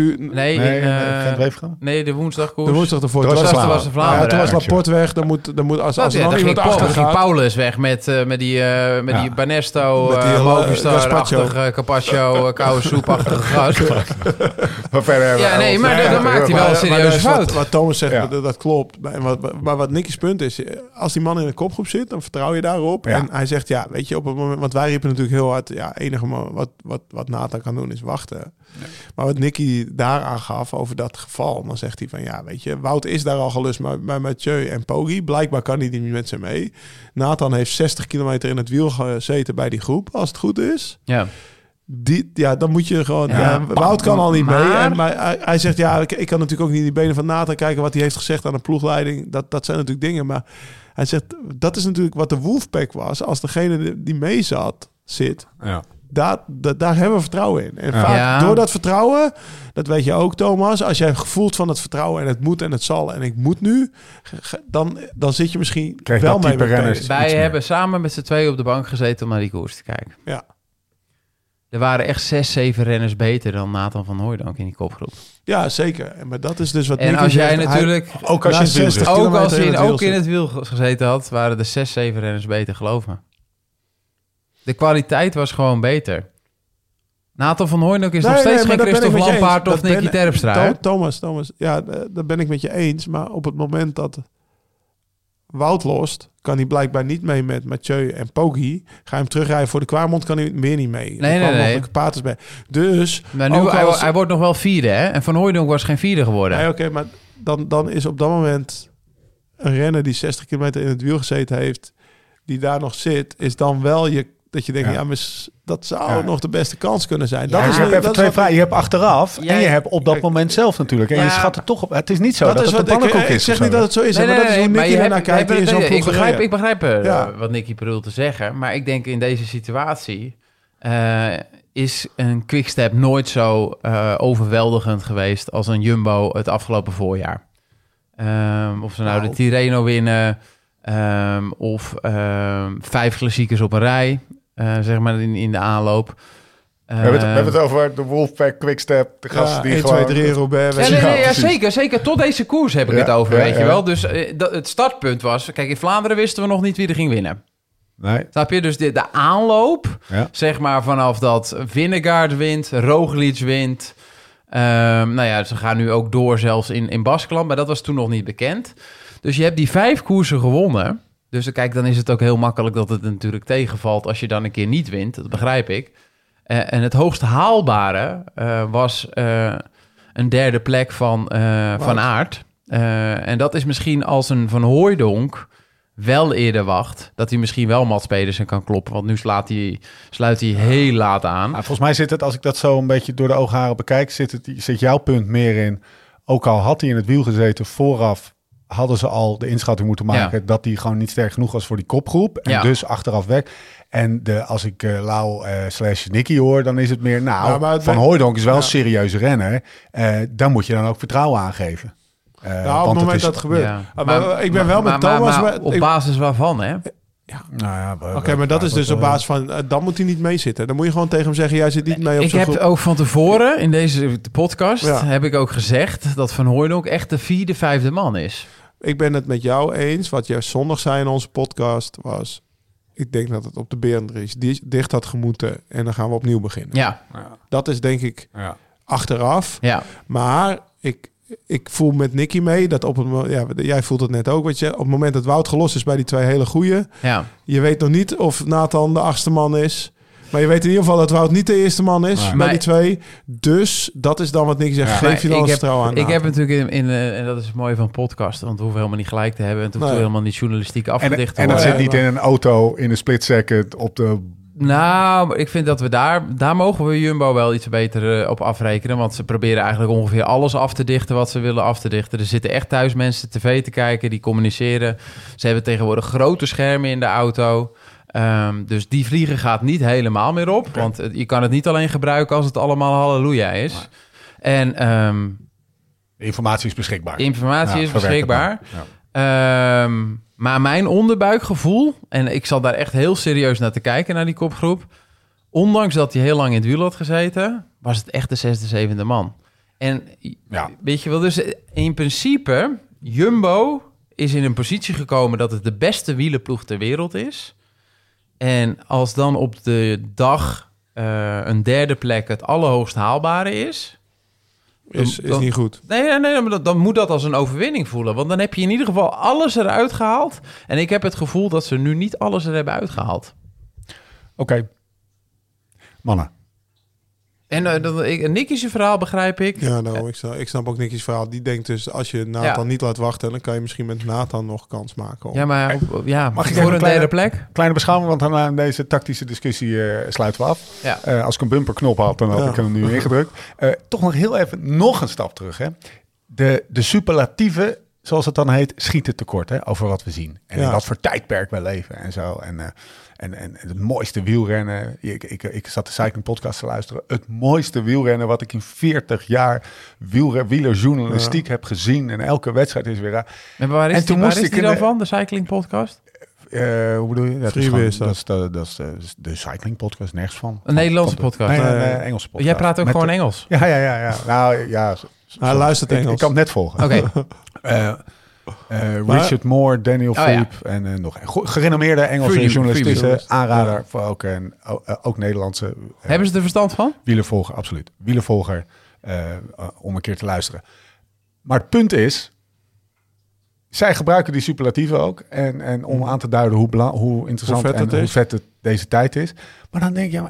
Nee, de woensdagkoers. De woensdag ervoor. Toen was de Vlaanderen. Toen was Laporte weg. Dan moet als er dan iemand achter gaat... ging Paulus weg met die Banesto, Movistar-achtige, Carpaccio, koude soep-achtige gast. Maar dan maakt hij wel een serieuze fout. Wat Thomas zegt, dat klopt. Maar wat Nicky's punt is, als die man in de kopgroep zit, dan vertrouw je daarop. En hij zegt, weet je, op het moment... Want wij riepen natuurlijk heel hard, enige wat Nathan kan doen is wachten. Nee. Maar wat Nicky daaraan gaf over dat geval, dan zegt hij van weet je, Wout is daar al gelust bij Mathieu en Poggi. Blijkbaar kan hij niet met ze mee. Nathan heeft 60 kilometer in het wiel gezeten bij die groep, als het goed is. Ja. Dan moet je gewoon... Wout kan al niet mee. Maar hij zegt, ik kan natuurlijk ook niet in die benen van Nathan kijken wat hij heeft gezegd aan de ploegleiding. Dat zijn natuurlijk dingen. Maar hij zegt, dat is natuurlijk wat de Wolfpack was. Als degene die mee zit... daar hebben we vertrouwen in. En vaak door dat vertrouwen, dat weet je ook, Thomas, als jij voelt van het vertrouwen en het moet en het zal en ik moet nu, dan zit je misschien wel mee met renners. Wij hebben samen met z'n tweeën op de bank gezeten om naar die koers te kijken. Ja. Er waren echt 6, 7 renners beter dan Nathan van Hooijdonk in die kopgroep. Ja, zeker. Maar dat is dus wat. En als jij natuurlijk ook als je in het wiel gezeten had, waren de 6, 7 renners beter, geloof me. De kwaliteit was gewoon beter. Nathan van Hooijdonk is nog steeds geen Christophe Lampaard of Nicky Terpstra. Thomas, ja, dat ben ik met je eens. Maar op het moment dat Wout lost, kan hij blijkbaar niet mee met Mathieu en Poggi. Ga hem terugrijden voor de Kwaremond, kan hij weer niet mee. Nee. Paters bij. Dus, maar nu, hij wordt nog wel 4e, hè? En Van Hooijdonk was geen 4e geworden. Nee, oké, maar dan is op dat moment een renner die 60 kilometer in het wiel gezeten heeft, die daar nog zit, is dan wel dat je denkt, maar dat zou nog de beste kans kunnen zijn. Je hebt achteraf en je hebt op dat moment zelf natuurlijk. En je schat het toch op. Het is niet zo dat het een pannenkoek is. Ik zeg niet dat het zo is, maar dat is hoe Nicky ernaar kijkt in zo'n ploeg. Ik begrijp wat Nicky bedoelt te zeggen. Maar ik denk in deze situatie is een Quickstep nooit zo overweldigend geweest als een Jumbo het afgelopen voorjaar. Of ze nou de Tirreno winnen, of 5 klassiekers op een rij. Zeg maar in de aanloop. We hebben het over de Wolfpack, Quickstep, de gasten die 1, 2, 3, Robert. Zeker. Tot deze koers heb ik het over, weet je wel. Dus het startpunt was... Kijk, in Vlaanderen wisten we nog niet wie er ging winnen. Nee. Snap je? Dus de aanloop, zeg maar vanaf dat Vingegaard wint, Roglic wint. Ze gaan nu ook door zelfs in Baskeland, maar dat was toen nog niet bekend. Dus je hebt die 5 koersen gewonnen... Dus kijk, dan is het ook heel makkelijk dat het natuurlijk tegenvalt als je dan een keer niet wint. Dat begrijp ik. En het hoogst haalbare was een 3e plek van Aert. En dat is misschien als een Van Hooijdonk wel eerder wacht, dat hij misschien wel Mats Pedersen kan kloppen. Want nu sluit hij heel laat aan. Volgens mij zit het, als ik dat zo een beetje door de oogharen bekijk, zit jouw punt meer in. Ook al had hij in het wiel gezeten vooraf, hadden ze al de inschatting moeten maken dat hij gewoon niet sterk genoeg was voor die kopgroep. En dus achteraf weg. En als ik Lau / Nicky hoor, dan is het meer... Van Hooijdonk is wel een serieuze renner. Daar moet je dan ook vertrouwen aan geven. Op het moment dat het gebeurt. Ja. Ik ben wel met Thomas... Maar op basis waarvan, hè? Oké, maar dat is dus op basis van... dan moet hij niet meezitten. Dan moet je gewoon tegen hem zeggen... jij zit niet mee op zo'n groep. Ik heb ook van tevoren in deze podcast... heb ik ook gezegd dat Van Hooijdonk echt de 4e, 5e man is. Ik ben het met jou eens. Wat jij zondag zei in onze podcast was... ik denk dat het op de Berendries dicht had gemoeten... en dan gaan we opnieuw beginnen. Ja. Dat is denk ik achteraf. Ja. Maar ik voel met Nicky mee... dat op het jij voelt het net ook. Wat je, op het moment dat Wout gelost is bij die 2 hele goeie... je weet nog niet of Nathan de 8e man is... Maar je weet in ieder geval dat Wout niet de eerste man is bij die 2. Dus dat is dan wat Nicky zegt. Geef je dan vertrouwen aan. Ik heb natuurlijk en dat is het mooie van podcasten. Want we hoeven helemaal niet gelijk te hebben. En het hoeft helemaal niet journalistiek afgedicht te worden. En dat zit niet in een auto in een split second op de... Nou, ik vind dat we daar mogen we Jumbo wel iets beter op afrekenen. Want ze proberen eigenlijk ongeveer alles af te dichten wat ze willen af te dichten. Er zitten echt thuis mensen tv te kijken, die communiceren. Ze hebben tegenwoordig grote schermen in de auto. Dus die vliegen gaat niet helemaal meer op. Okay. Want je kan het niet alleen gebruiken als het allemaal halleluja is. En informatie is beschikbaar. Informatie is beschikbaar. Ja. Maar mijn onderbuikgevoel... en ik zat daar echt heel serieus naar te kijken, naar die kopgroep... ondanks dat hij heel lang in het wiel had gezeten... was het echt de 6e, 7e man. En weet je wel, dus in principe... Jumbo is in een positie gekomen... dat het de beste wielerploeg ter wereld is... En als dan op de dag een 3e plek het allerhoogst haalbare is... Is niet goed. Nee, maar dan moet dat als een overwinning voelen. Want dan heb je in ieder geval alles eruit gehaald. En ik heb het gevoel dat ze nu niet alles er hebben uitgehaald. Oké. Mannen. En Nicky's verhaal begrijp ik. Ja, nou, ik snap ook Nicky's verhaal. Die denkt dus, als je Nathan niet laat wachten... dan kan je misschien met Nathan nog kans maken. Ja, maar mag ik voor een 3e plek? Kleine beschouwing, want dan aan deze tactische discussie sluiten we af. Ja. Als ik een bumperknop had, dan had ik hem nu ingedrukt. Toch nog heel even nog een stap terug. Hè. De superlatieven zoals het dan heet, schieten tekort, hè, over wat we zien. En in wat voor tijdperk we leven en zo. En het mooiste wielrennen. Ik zat de Cycling Podcast te luisteren. Het mooiste wielrennen wat ik in 40 jaar wielerjournalistiek heb gezien. En elke wedstrijd is weer... En waar is die dan van, de Cycling Podcast? Hoe bedoel je? Dat is de Cycling Podcast, nergens van. Een Nederlandse podcast? Nee, Engelse podcast. Jij praat ook gewoon Engels? Ja. Nou, ja. Hij luistert Engels. Ik kan het net volgen. Oké. Richard Moore, Daniel Philippe en nog gerenommeerde Engelse journalisten. Aanrader voor ook Nederlandse. Hebben ze er verstand van? Wielervolger, absoluut. Wielervolger om een keer te luisteren. Maar het punt is, zij gebruiken die superlatieven ook. En om aan te duiden hoe interessant hoe vet het deze tijd is. Maar dan denk je,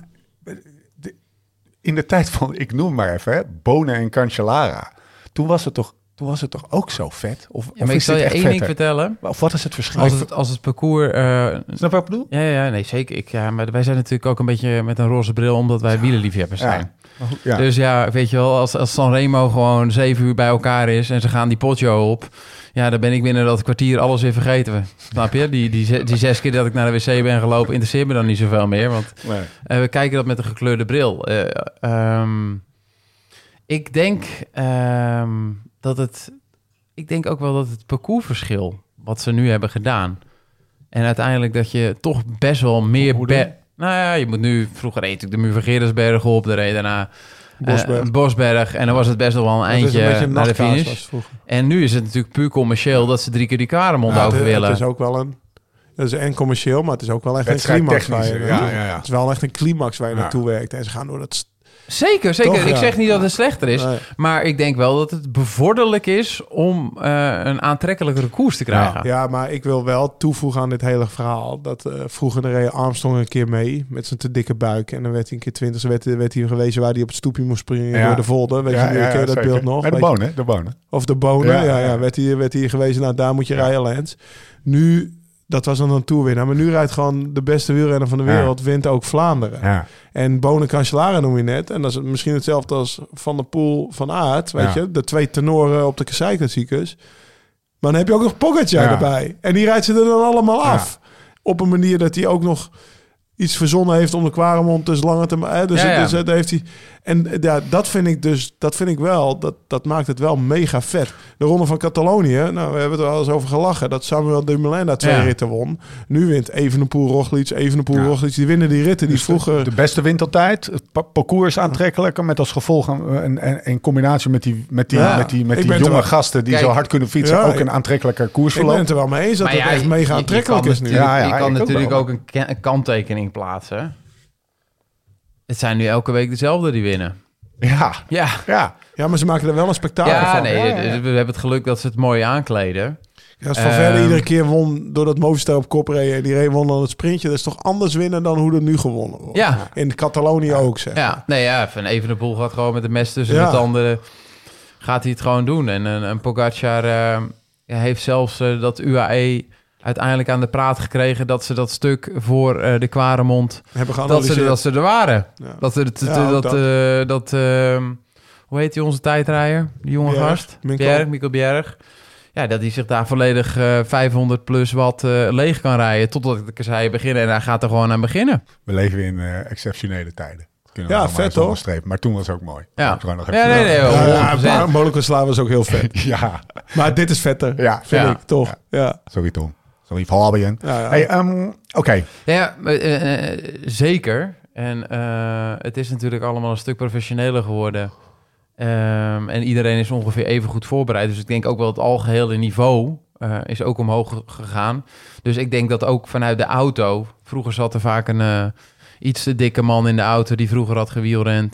in de tijd van, ik noem maar even, Bonen en Cancellara. Toen was het toch ook zo vet? Maar ik zal je één ding vertellen. Of wat is het verschil? Als het parcours... Snap je wat ik bedoel? Ja, nee, zeker. Maar wij zijn natuurlijk ook een beetje met een roze bril, omdat wij wielerliefhebbers zijn. Ja. Dus ja, weet je wel, als Sanremo gewoon 7 uur bij elkaar is en ze gaan die Poggio op, ja, dan ben ik binnen dat kwartier alles weer vergeten. Snap je? Die 6 keer dat ik naar de wc ben gelopen, interesseert me dan niet zoveel meer, want we kijken dat met een gekleurde bril. Ik denk ik denk ook wel dat het parcoursverschil, wat ze nu hebben gedaan, en uiteindelijk dat je toch best wel meer... Nou ja, je moet nu... Vroeger reed ik de muur van Gerardsberg op, de reed daarna Bosberg. En dan was het best wel een eindje naar de finish. En nu is het natuurlijk puur commercieel dat ze 3 keer die Karemond over willen. Het is ook wel dat is en commercieel, maar het is ook wel echt een climax. Het is wel echt een climax waar je naartoe werkt. En ze gaan door dat... Zeker. Toch, ik zeg niet dat het slechter is. Nee. Maar ik denk wel dat het bevorderlijk is om een aantrekkelijkere koers te krijgen. Ja, maar ik wil wel toevoegen aan dit hele verhaal. Dat vroeger reed Armstrong een keer mee met zijn te dikke buik. En dan werd hij een keer 20. Werd hij gewezen waar hij op het stoepje moest springen door de Volder. Weet je dat beeld nog? Met de bonen. Of de bonen, ja. Werd hij gewezen, nou daar moet je rijden, Lens. Nu... Dat was dan een toerwinnaar. Maar nu rijdt gewoon de beste wielrenner van de wereld. Wint ook Vlaanderen. Ja. En Bonen Cancellara noem je net. En dat is misschien hetzelfde als Van der Poel van Aert. Weet je? De 2 tenoren op de Kassei-klassiekers. Maar dan heb je ook nog Pogacar erbij. En die rijdt ze er dan allemaal af. Op een manier dat hij ook nog iets verzonnen heeft om de Kwaremond dus langer te... Dus dat heeft hij... En dat vind ik wel... Dat maakt het wel mega vet. De Ronde van Catalonië... Nou, we hebben het er al eens over gelachen... dat Samuel Dumoulin daar 2 ritten won. Nu wint Evenepoel, Roglic. Die winnen die ritten die dus vroeger... De beste wint altijd. Het parcours is aantrekkelijker... met als gevolg in combinatie met die jonge gasten... die zo hard kunnen fietsen... ook een aantrekkelijker koersverloop. Ik ben het er wel mee eens... dat het echt mega aantrekkelijk is nu. Je kan natuurlijk ook een kanttekening plaatsen. Het zijn nu elke week dezelfde die winnen. Ja, maar ze maken er wel een spektakel van. We hebben het geluk dat ze het mooi aankleden. Ja, als Valverde iedere keer won doordat Movistar op kop reed... en die won dan het sprintje... dat is toch anders winnen dan hoe er nu gewonnen wordt. Ja. In Catalonië ook, zeg. Van Evenepoel gaat gewoon met de mes tussen de tanden... gaat hij het gewoon doen. En een Pogacar heeft zelfs dat UAE... uiteindelijk aan de praat gekregen dat ze dat stuk voor de Kwaremond... dat ze er waren. Ja. Hoe heet die onze tijdrijder? Die jonge gast? Mikkel Bjerg. Ja, dat hij zich daar volledig 500 plus watt leeg kan rijden... totdat de kassei beginnen. En hij gaat er gewoon aan beginnen. We leven in exceptionele tijden. Vet hoor. Maar toen was het ook mooi. Molecular was ook heel vet. Ja. Maar dit is vetter, vind ik, toch? Ja. Sorry Tom. Sorry Fabian. Oké. Ja, zeker. En het is natuurlijk allemaal een stuk professioneler geworden. En iedereen is ongeveer even goed voorbereid. Dus ik denk ook wel het algehele niveau is ook omhoog gegaan. Dus ik denk dat ook vanuit de auto... Vroeger zat er vaak een iets te dikke man in de auto... die vroeger had gewielrend.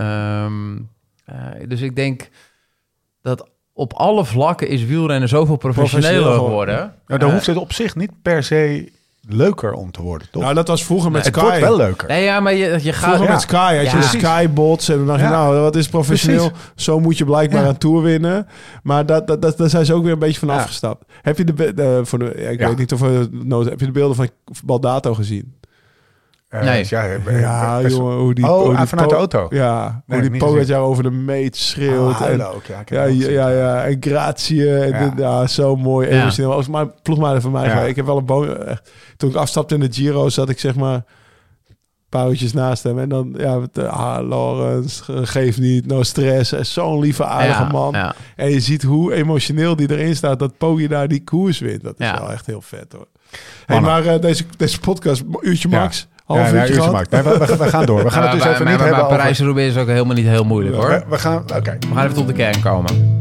Dus ik denk dat... Op alle vlakken is wielrennen zoveel professioneler geworden. Nou, dan hoeft het op zich niet per se leuker om te worden, toch? Nou, dat was vroeger met Sky. Het wordt wel leuker. Nee, ja, maar je gaat... Vroeger met Sky, als je de Sky-bots... en dan dacht je, nou, wat is professioneel? Precies. Zo moet je blijkbaar een Tour winnen. Maar daar zijn ze ook weer een beetje van afgestapt. Heb je ik weet niet of heb je de beelden van Baldato gezien? Nee. Jongen, hoe die vanuit de auto. Ja, hoe die Pogacar over de meet schreeuwt. En gratie. En zo mooi emotioneel. Als mijn ploegmaat van mij, ik heb wel een toen ik afstapte in de Giro, zat ik zeg maar pauwtjes naast hem. En dan, Laurens, geef niet, no stress. Zo'n lieve, aardige man. Ja. En je ziet hoe emotioneel die erin staat, dat Poggi daar die koers wint. Dat is wel echt heel vet, hoor. Hey, maar deze podcast, uurtje max. Half uurtje max. Nee, we gaan door. We gaan het dus even niet hebben over... Parijs-Roubaix is ook helemaal niet heel moeilijk, hoor. We gaan even tot de kern komen.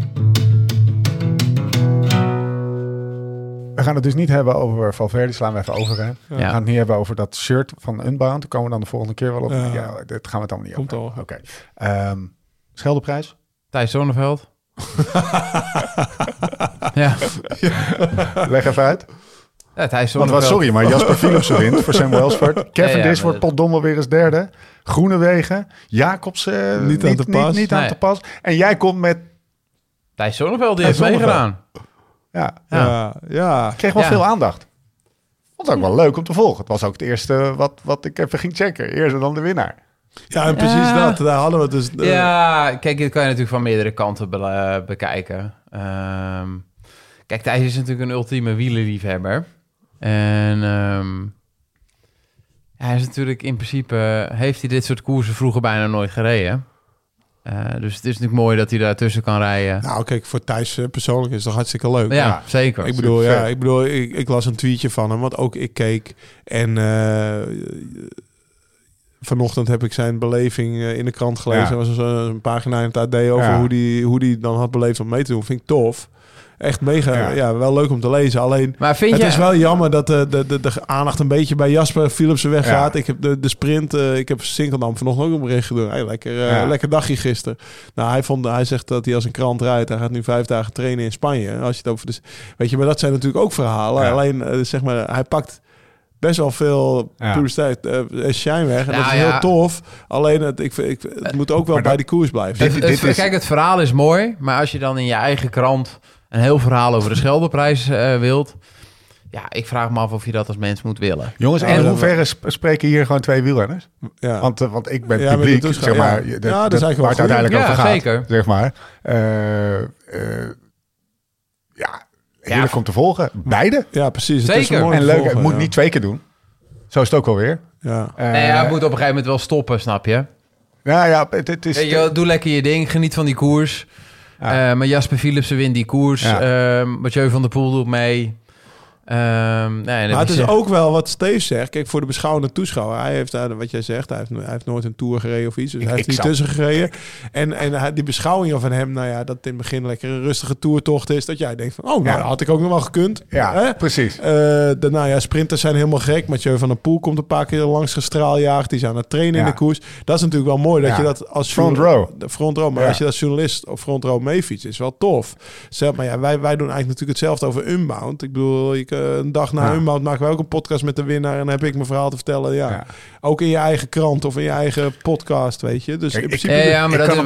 We gaan het dus niet hebben over Valverde, slaan we even over. Hè? We gaan het niet hebben over dat shirt van Unbound. Daar komen we dan de volgende keer wel op. Dit gaan we het allemaal niet over. Komt al. Oké. Scheldeprijs? Thijs Zonneveld. Leg even uit. Ja, Thijs Zonneveld. Sorry, maar Jasper Philipsen wint voor Sam Welsford. Cavendish wordt potdomme weer eens derde. Groenewegen. Jacobsen niet aan te pas. En jij komt met... Thijs Zonneveld, die heeft meegedaan. Ja. Kreeg wel veel aandacht. Vond het ook wel leuk om te volgen. Het was ook het eerste wat ik even ging checken. Eerder dan de winnaar. Ja, en precies dat. Daar hadden we dus... Ja, kijk, dit kan je natuurlijk van meerdere kanten bekijken. Kijk, Thijs is natuurlijk een ultieme wielerliefhebber. En hij is natuurlijk in principe... Heeft hij dit soort koersen vroeger bijna nooit gereden. Dus het is natuurlijk mooi dat hij daartussen kan rijden. Nou, kijk, voor Thijs persoonlijk is het toch hartstikke leuk. Ja, zeker. Ik las een tweetje van hem, want ook ik keek. En vanochtend heb ik zijn beleving in de krant gelezen. Er was een pagina in het AD over hoe die dan had beleefd om mee te doen. Vind ik tof. Echt mega, wel leuk om te lezen. Alleen, het is wel jammer dat de aandacht een beetje bij Jasper Philipsen weggaat. Ja. Ik heb de sprint, ik heb Sinkeldam vanochtend ook een bericht gedaan. Hey, lekker dagje gisteren. Nou, hij zegt dat hij als een krant rijdt. Hij gaat nu 5 dagen trainen in Spanje. Als je het over weet je, maar dat zijn natuurlijk ook verhalen. Ja. Alleen, zeg maar, hij pakt best wel veel publiciteit shine weg. En dat is heel tof. Alleen, het moet ook wel bij die koers blijven. Kijk, het verhaal is mooi. Maar als je dan in je eigen krant een heel verhaal over de Scheldeprijs wilt... Ja, ik vraag me af of je dat als mens moet willen. Jongens, in hoeverre spreken hier gewoon 2 wielrenners? Ja. Want ik ben publiek, zeg maar. Dat is eigenlijk waar het uiteindelijk over gaat. Zeker. Zeg maar. Heerlijk om te volgen. Beide. Ja, precies. Zeker. Het is mooi en leuk, het moet niet 2 keer doen. Zo is het ook alweer. Ja. Hij moet op een gegeven moment wel stoppen, snap je? Ja, het is... Doe lekker je ding, geniet van die koers. Ja. Maar Jasper Philipsen wint die koers. Ja. Mathieu van der Poel doet mee. Maar het is ook wel wat Steve zegt. Kijk, voor de beschouwende toeschouwer. Hij heeft, wat jij zegt, hij heeft nooit een Tour gereden of iets. Dus hij heeft niet tussen gereden. En die beschouwingen van hem, dat het in het begin lekker een rustige toertocht is. Dat jij denkt van, dat had ik ook nog wel gekund. Ja, precies. Sprinters zijn helemaal gek. Mathieu van der Poel komt een paar keer langs gestraaljaagd. Die zijn aan het trainen in de koers. Dat is natuurlijk wel mooi dat je dat als front row. Maar als je als journalist op front row meefietst, is wel tof. Zeg maar, wij doen eigenlijk natuurlijk hetzelfde over Unbound. Ik bedoel, een dag na Unbound maken we ook een podcast met de winnaar en dan heb ik mijn verhaal te vertellen. Ook in je eigen krant of in je eigen podcast, weet je. Dus in principe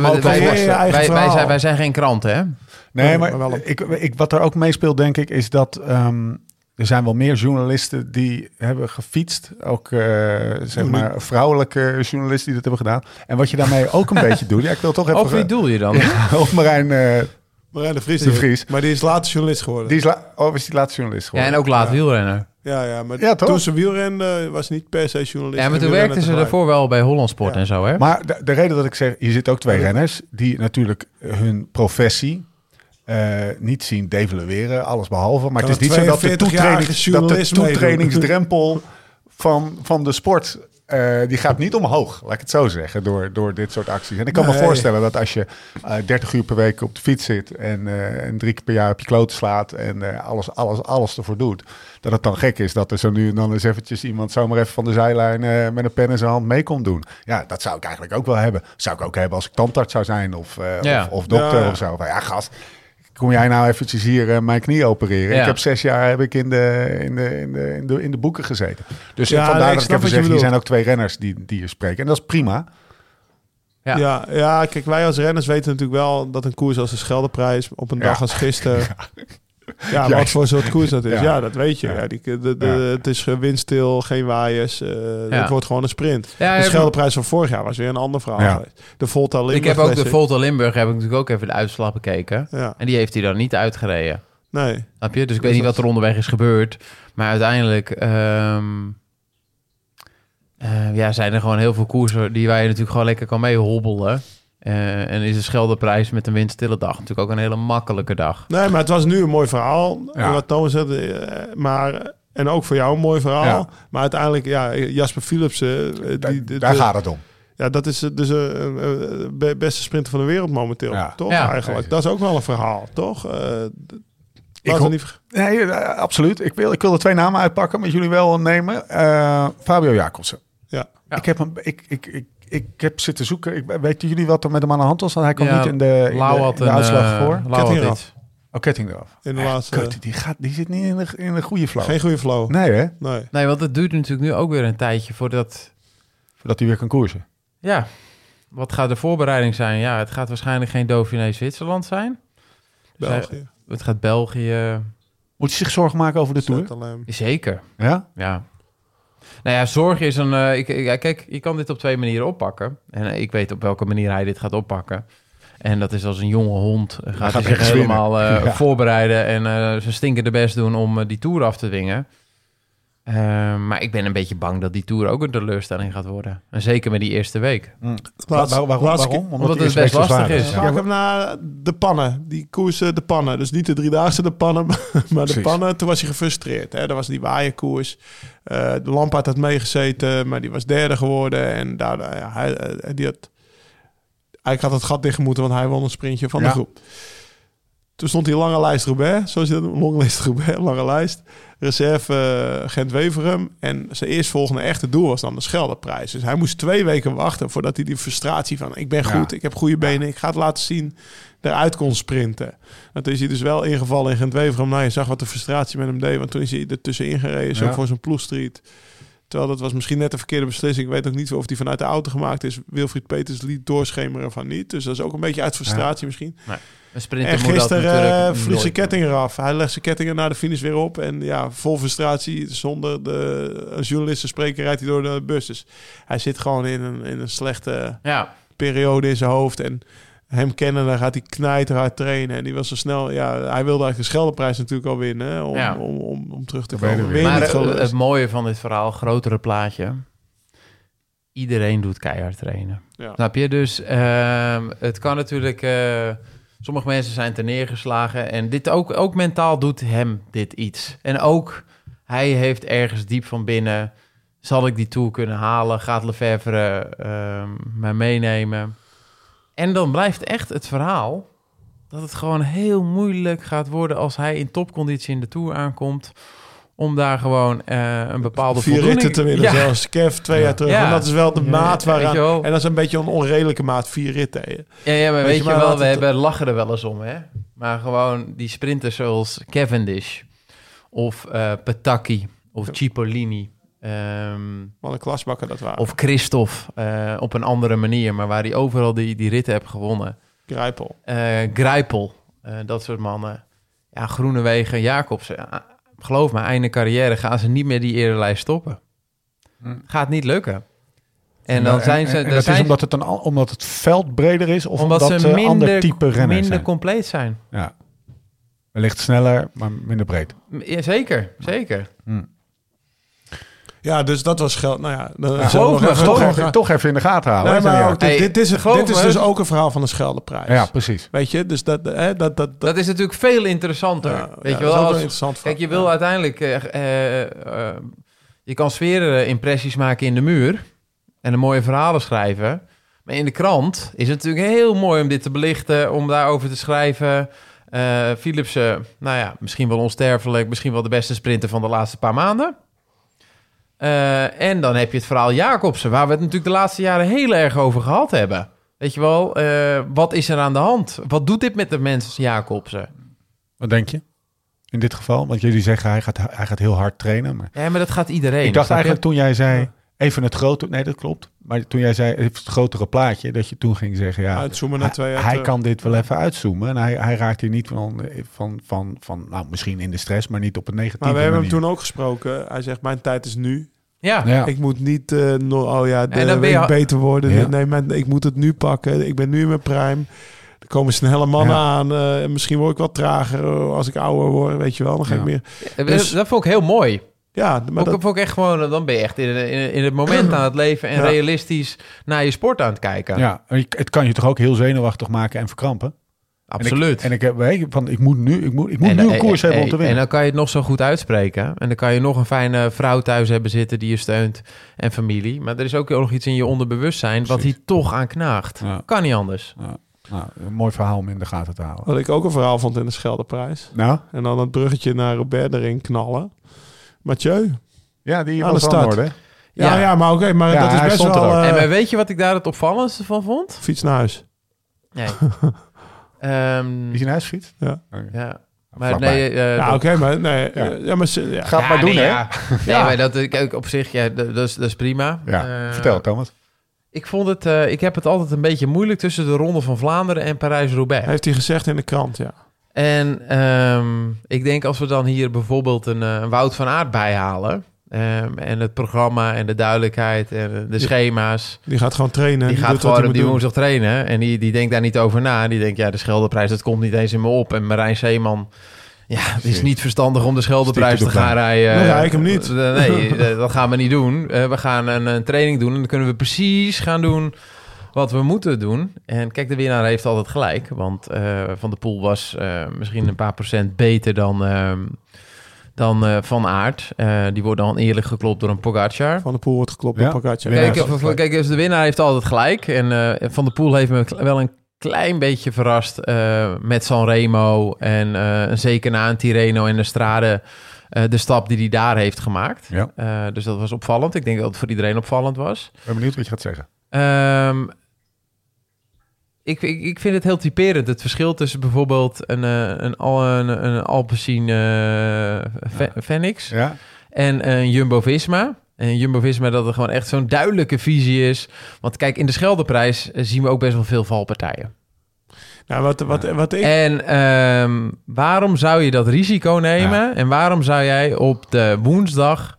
maar wij zijn geen krant, hè? Nee, maar wat er ook meespeelt, denk ik, is dat er zijn wel meer journalisten die hebben gefietst. Ook maar vrouwelijke journalisten die dat hebben gedaan. En wat je daarmee ook een beetje doet. Ja, ik wil toch even. Of wie doe je dan? Of Marijn de Vries. Maar die is later journalist geworden. Is die later journalist geworden? Ja, en ook laat wielrennen. Ja, maar toen ze wielrende was niet per se journalist. Ja, maar toen werkten ze daarvoor wel bij Holland Sport en zo, hè? Maar de reden dat ik zeg, hier zitten ook 2 renners die natuurlijk hun professie niet zien devalueren, alles behalve. Maar het is niet zo dat de toetrainingsdrempel van de sport... die gaat niet omhoog, laat ik het zo zeggen, door dit soort acties. En ik kan me voorstellen dat als je 30 uur per week op de fiets zit en 3 keer per jaar op je kloten slaat en alles ervoor doet, dat het dan gek is dat er zo nu en dan eens eventjes iemand zomaar even van de zijlijn met een pen in zijn hand mee komt doen. Ja, dat zou ik eigenlijk ook wel hebben. Zou ik ook hebben als ik tandarts zou zijn of dokter of zo. Ja, gast. Kom jij nou eventjes hier mijn knie opereren? Ja. Ik heb 6 jaar in de boeken gezeten. Dus vandaar dat ik even zeg, hier zijn ook 2 renners die je spreken. En dat is prima. Ja, kijk, wij als renners weten natuurlijk wel dat een koers als de Scheldeprijs op een dag als gisteren... Ja, wat voor soort koers dat is. Ja, dat weet je. Ja, het is windstil, geen waaiers. Het wordt gewoon een sprint. Ja, de Scheldeprijs van vorig jaar was weer een ander verhaal geweest. De Volta Limburg. Ik heb ook de Volta Limburg, heb ik natuurlijk ook even de uitslag bekeken. Ja. En die heeft hij dan niet uitgereden. Nee. Snap je? Dus ik weet niet wat er onderweg is gebeurd. Maar uiteindelijk zijn er gewoon heel veel koersen die waar je natuurlijk gewoon lekker kan mee hobbelen. En is de Scheldeprijs met een windstille dag natuurlijk ook een hele makkelijke dag. Nee, maar het was nu een mooi verhaal. Wat Thomas zei, en ook voor jou een mooi verhaal. Ja. Maar uiteindelijk, Jasper Philipsen... daar gaat het om. Ja, dat is dus de beste sprinter van de wereld momenteel. Ja. Toch, eigenlijk. Dat is ook wel een verhaal, toch? Nee, absoluut. Ik wil er 2 namen uitpakken, met jullie wel nemen. Fabio Jacobsen. Ja. Ik heb zitten zoeken. Weten jullie wat er met hem aan de hand was? Hij kwam niet in de uitslag voor. Ketting eraf. Ketting eraf. In de laatste... Die zit niet in de goede flow. Geen goede flow. Nee, hè? Nee, want het duurt natuurlijk nu ook weer een tijdje voordat hij weer kan koersen. Ja. Wat gaat de voorbereiding zijn? Ja, het gaat waarschijnlijk geen Dauphiné Zwitserland zijn. België. Het gaat België. Moet je zich zorgen maken over de Tour? Zeker. Ja? Ja. Nou ja, zorg is een... kijk, je kan dit op 2 manieren oppakken. En ik weet op welke manier hij dit gaat oppakken. En dat is als een jonge hond. Gaat hij zich helemaal voorbereiden en zijn stinkende best doen om die Tour af te dwingen. Maar ik ben een beetje bang dat die Tour ook een teleurstelling gaat worden. En zeker met die eerste week. Waarom? Omdat het best lastig is. Ja, ik heb naar de pannen. Die koersen de pannen. Dus niet de 3-daagse de pannen, maar de pannen. Toen was hij gefrustreerd. Hè? Dat was die waaierkoers. De Lampaard had meegezeten, maar die was 3e geworden. En hij had het gat dicht moeten, want hij won een sprintje van de groep. Toen stond hij lange lijst Roubaix, zoals je dat noemt, longlist Roubaix, lange lijst. Reserve Gent-Weverum. En zijn eerstvolgende echte doel was dan de Scheldeprijs. Dus hij moest 2 weken wachten voordat hij die frustratie van... ik ben goed, ik heb goede benen, ik ga het laten zien, eruit kon sprinten. En toen is hij dus wel ingevallen in Gent-Weverum. Nou, je zag wat de frustratie met hem deed, want toen is hij er tussenin gereden, zo voor zijn ploegstreet. Terwijl dat was misschien net een verkeerde beslissing. Ik weet ook niet of die vanuit de auto gemaakt is. Wilfried Peters liet doorschemeren van niet. Dus dat is ook een beetje uit frustratie misschien. Nee. En gisteren vliegt zijn ketting eraf. Hij legt zijn kettingen naar de finish weer op. En vol frustratie, zonder de journalistenspreker, rijdt hij door de bus. Dus hij zit gewoon in een slechte periode in zijn hoofd. En hem kennen, dan gaat hij knijterhard trainen. En die was zo snel... Ja, hij wilde eigenlijk de Scheldeprijs natuurlijk al winnen. Om terug te komen. Maar het mooie van dit verhaal, grotere plaatje... Iedereen doet keihard trainen. Ja. Snap je? Dus het kan natuurlijk... sommige mensen zijn ter neergeslagen. En dit ook mentaal doet hem dit iets. En ook, hij heeft ergens diep van binnen... Zal ik die Tour kunnen halen? Gaat Lefevre mij meenemen? En dan blijft echt het verhaal... dat het gewoon heel moeilijk gaat worden... als hij in topconditie in de Tour aankomt... om daar gewoon een bepaalde 4 ritten te winnen, zoals Kev 2 jaar terug. En dat is wel de maat waaraan... En dat is een beetje een onredelijke maat, 4 ritten. Ja, maar weet je wel, we lachen er wel eens om, hè? Maar gewoon die sprinters zoals Cavendish... of Pataki of Cipollini... wat een klasbakker dat waren. Of Christophe, op een andere manier... maar waar hij overal die ritten heeft gewonnen. Greipel, dat soort mannen. Ja, Groenewegen, Jacobsen... Geloof me, einde carrière gaan ze niet meer die erelijst stoppen. Gaat niet lukken. En dan zijn ze... dat is omdat het veld breder is... of omdat ze een ander type renners minder zijn? Compleet zijn. Ja. Wellicht sneller, maar minder breed. Ja, zeker. Ja, dus dat was geld. Nou ja, toch even in de gaten houden. Nee, maar ook, dit is dus ook een verhaal van de Scheldeprijs. Ja, precies. Weet je, dus dat is natuurlijk veel interessanter. Weet je wel? Kijk, je wil uiteindelijk... je kan sfeerimpressies maken in de muur... en een mooie verhalen schrijven. Maar in de krant is het natuurlijk heel mooi om dit te belichten... om daarover te schrijven... Philipsen, misschien wel onsterfelijk... misschien wel de beste sprinter van de laatste paar maanden... en dan heb je het verhaal Jacobsen... waar we het natuurlijk de laatste jaren heel erg over gehad hebben. Weet je wel, wat is er aan de hand? Wat doet dit met de mens Jacobsen? Wat denk je? In dit geval? Want jullie zeggen hij gaat heel hard trainen. Maar... Ja, maar dat gaat iedereen. Ik dacht eigenlijk toen jij zei... even het grote... Nee, dat klopt. Maar toen jij zei het grotere plaatje, dat je toen ging zeggen... ja, uitzoomen naar 2 jaar hij kan dit wel even uitzoomen. En hij raakt hier niet van nou, misschien in de stress, maar niet op een negatieve manier. Maar we hebben hem toen ook gesproken. Hij zegt, mijn tijd is nu. Ja. Ik moet niet, de week beter worden. Ja. Nee, ik moet het nu pakken. Ik ben nu in mijn prime. Er komen snelle mannen aan. Misschien word ik wat trager als ik ouder word. Weet je wel, dan ga ik meer... Dus, dat vond ik heel mooi. Ja, maar dat vond ik echt gewoon... Dan ben je echt in het moment aan het leven... en realistisch naar je sport aan het kijken. Ja, het kan je toch ook heel zenuwachtig maken en verkrampen? Absoluut. Ik moet nu een koers hebben om te winnen. En dan kan je het nog zo goed uitspreken. En dan kan je nog een fijne vrouw thuis hebben zitten die je steunt en familie. Maar er is ook nog iets in je onderbewustzijn wat hier toch aan knaagt. Ja. Kan niet anders. Ja. Nou, een mooi verhaal om in de gaten te houden. Wat ik ook een verhaal vond in de Scheldeprijs. Nou? En dan het bruggetje naar Robert erin knallen. Mathieu. Ja, die was aan orde. Ja, maar oké, maar dat is best wel... En weet je wat ik daar het opvallendste van vond? Fiets naar huis. Nee. Is hij naar huis fiets? Ja. Okay. Ja. Maar nee, oké, maar nee. Ga het maar doen, hè? Nee, maar dat op zich, dat is prima. Ja. Vertel, Thomas. Ik vond het, ik heb het altijd een beetje moeilijk tussen de Ronde van Vlaanderen en Parijs-Roubaix. Heeft hij gezegd in de krant, ja. En ik denk als we dan hier bijvoorbeeld een Wout van Aert bijhalen... en het programma en de duidelijkheid en de schema's. Die gaat gewoon trainen. Die gaat gewoon op die woensdag trainen. En die denkt daar niet over na. Die denkt, de Scheldeprijs, dat komt niet eens in me op. En Marijn Zeeman, het is niet verstandig om de Scheldeprijs te gaan rijden. Dan rijd ik hem niet. Nee, dat gaan we niet doen. We gaan een training doen en dan kunnen we precies gaan doen wat we moeten doen. En kijk, de winnaar heeft altijd gelijk. Want Van der Poel was misschien een paar procent beter dan Van Aert. Die wordt dan eerlijk geklopt door een Pogacar. Van der Poel wordt geklopt door Pogacar. Kijk, dus de winnaar heeft altijd gelijk. En Van der Poel heeft me wel een klein beetje verrast met Sanremo. En zeker na een Tirreno en de Strade... de stap die hij daar heeft gemaakt. Ja. Dus dat was opvallend. Ik denk dat het voor iedereen opvallend was. Ik ben benieuwd wat je gaat zeggen. Ik vind het heel typerend. Het verschil tussen bijvoorbeeld een Alpecin Fenix en een Jumbo-Visma. En Jumbo-Visma dat er gewoon echt zo'n duidelijke visie is. Want kijk, in de Scheldeprijs zien we ook best wel veel valpartijen. Nou, wat ik... En waarom zou je dat risico nemen? Ja. En waarom zou jij op de woensdag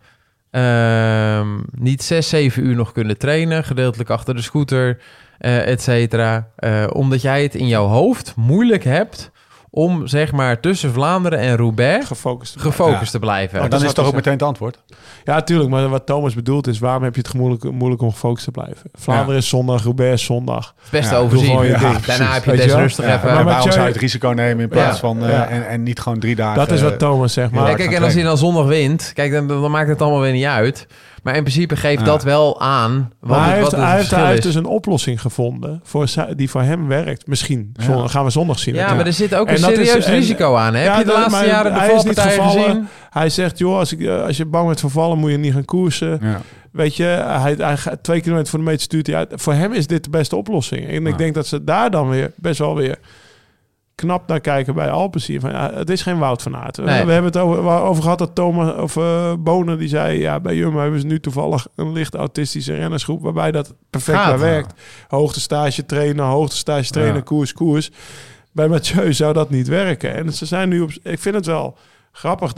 niet 6-7 uur nog kunnen trainen? Gedeeltelijk achter de scooter, et cetera. Omdat jij het in jouw hoofd moeilijk hebt om, zeg maar, tussen Vlaanderen en Roubaix gefocust te blijven. Nou, dan is toch ook meteen het antwoord? Ja, tuurlijk. Maar wat Thomas bedoelt is, waarom heb je het moeilijk om gefocust te blijven? Vlaanderen is zondag, Roubaix is zondag. Het beste overzien. Daarna heb je het rustig even. Maar waarom zou je het risico nemen in plaats van... En niet gewoon 3 dagen... Dat is wat Thomas zegt. Maar kijk, en als je dan zondag wint, kijk, dan maakt het allemaal weer niet uit. Maar in principe geeft dat wel aan hij heeft dus een oplossing gevonden die voor hem werkt. Misschien. Gaan we zondag zien. Ja, maar er zit ook een serieus risico aan. Hè? Heb je de laatste jaren de valpartijen gezien? Hij zegt, joh, als je bang bent voor vallen, moet je niet gaan koersen. Ja. Weet je, hij gaat 2 kilometer voor de meter stuurt hij uit. Voor hem is dit de beste oplossing. En ik denk dat ze daar dan weer best wel weer knap naar kijken bij Alpecin. Het is geen Wout van Aert. Nee. We hebben het over gehad dat Thomas of Bonen die zei, bij Jumbo hebben ze nu toevallig een licht autistische rennersgroep waarbij dat perfect bij werkt. Hoogtestage trainen, koers. Bij Mathieu zou dat niet werken. En ze zijn nu ik vind het wel grappig.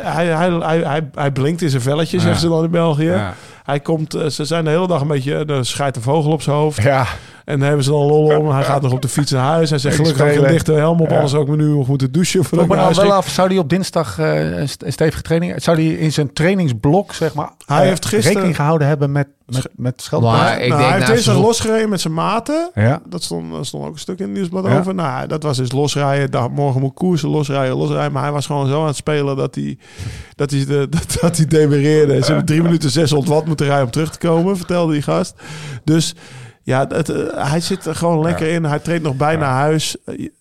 Nou, hij blinkt in zijn velletje, zeggen ze dan in België. Ja. Hij komt, ze zijn de hele dag een beetje... Er schijt een vogel op zijn hoofd. Ja. En daar hebben ze dan lol om. Hij gaat nog op de fiets naar huis. Hij zegt gelukkig heb ik een dichte helm op. Anders ook nu nog moeten douchen. Maar nou wel af, zou hij op dinsdag een stevige training... Zou hij in zijn trainingsblok, zeg maar... Hij heeft gisteren rekening gehouden hebben met Scheldeprijs? Hij heeft dinsdag losgereden met zijn maten. Ja. Dat stond ook een stuk in het nieuwsblad over. Nou, dat was dus losrijden. Morgen moet koersen, losrijden. Maar hij was gewoon zo aan het spelen dat hij demereerde. Ze hebben 3 minuten 600 watt moeten rijden om terug te komen, vertelde die gast. Dus ja, hij zit er gewoon lekker in. Hij treedt nog bijna naar huis.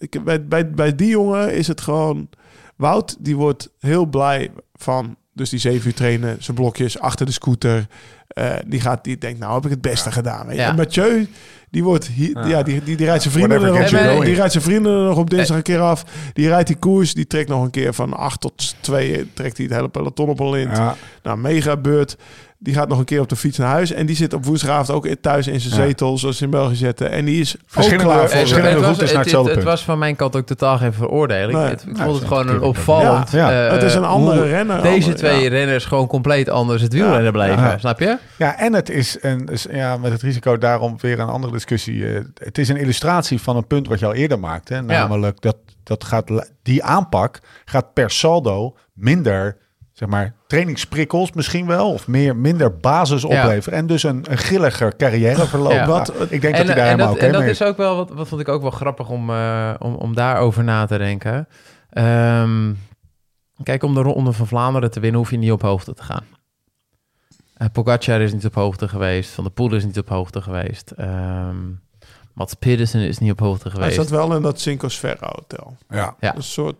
Bij die jongen is het gewoon... Wout, die wordt heel blij van... Dus die 7 uur trainen, zijn blokjes achter de scooter. Die denkt, nou heb ik het beste gedaan. Weet je? En Mathieu, die wordt hier, die rijdt zijn vrienden er nog op dinsdag een keer af. Die rijdt die koers, die trekt nog een keer van 8 tot 2, trekt hij het hele peloton op een lint. Ja. Nou, mega beurt. Die gaat nog een keer op de fiets naar huis. En die zit op woensdagavond ook thuis in zijn zetel, zoals ze in België zetten. En die is ook klaar voor verschillende routes naar hetzelfde Het was van mijn kant ook totaal geen veroordeling. Nee. Ik vond het gewoon een opvallend. Het is een andere renner. Deze twee renners gewoon compleet anders het wielrennen blijven. Ja. Snap je? Ja, en het is met het risico daarom weer een andere discussie. Het is een illustratie van een punt wat je al eerder maakte. Namelijk die aanpak gaat per saldo minder, zeg maar, trainingsprikkels misschien wel, of minder basis opleveren. En dus een grilliger carrièreverloop. Ja. Ik denk dat hij daar helemaal oké mee is. En dat is ook wel, wat vond ik ook wel grappig om daarover na te denken. Kijk, om de Ronde van Vlaanderen te winnen, hoef je niet op hoogte te gaan. Pogacar is niet op hoogte geweest. Van der Poel is niet op hoogte geweest. Mats Pedersen is niet op hoogte geweest. Hij zat wel in dat Cinco Sferra hotel. Ja. Een soort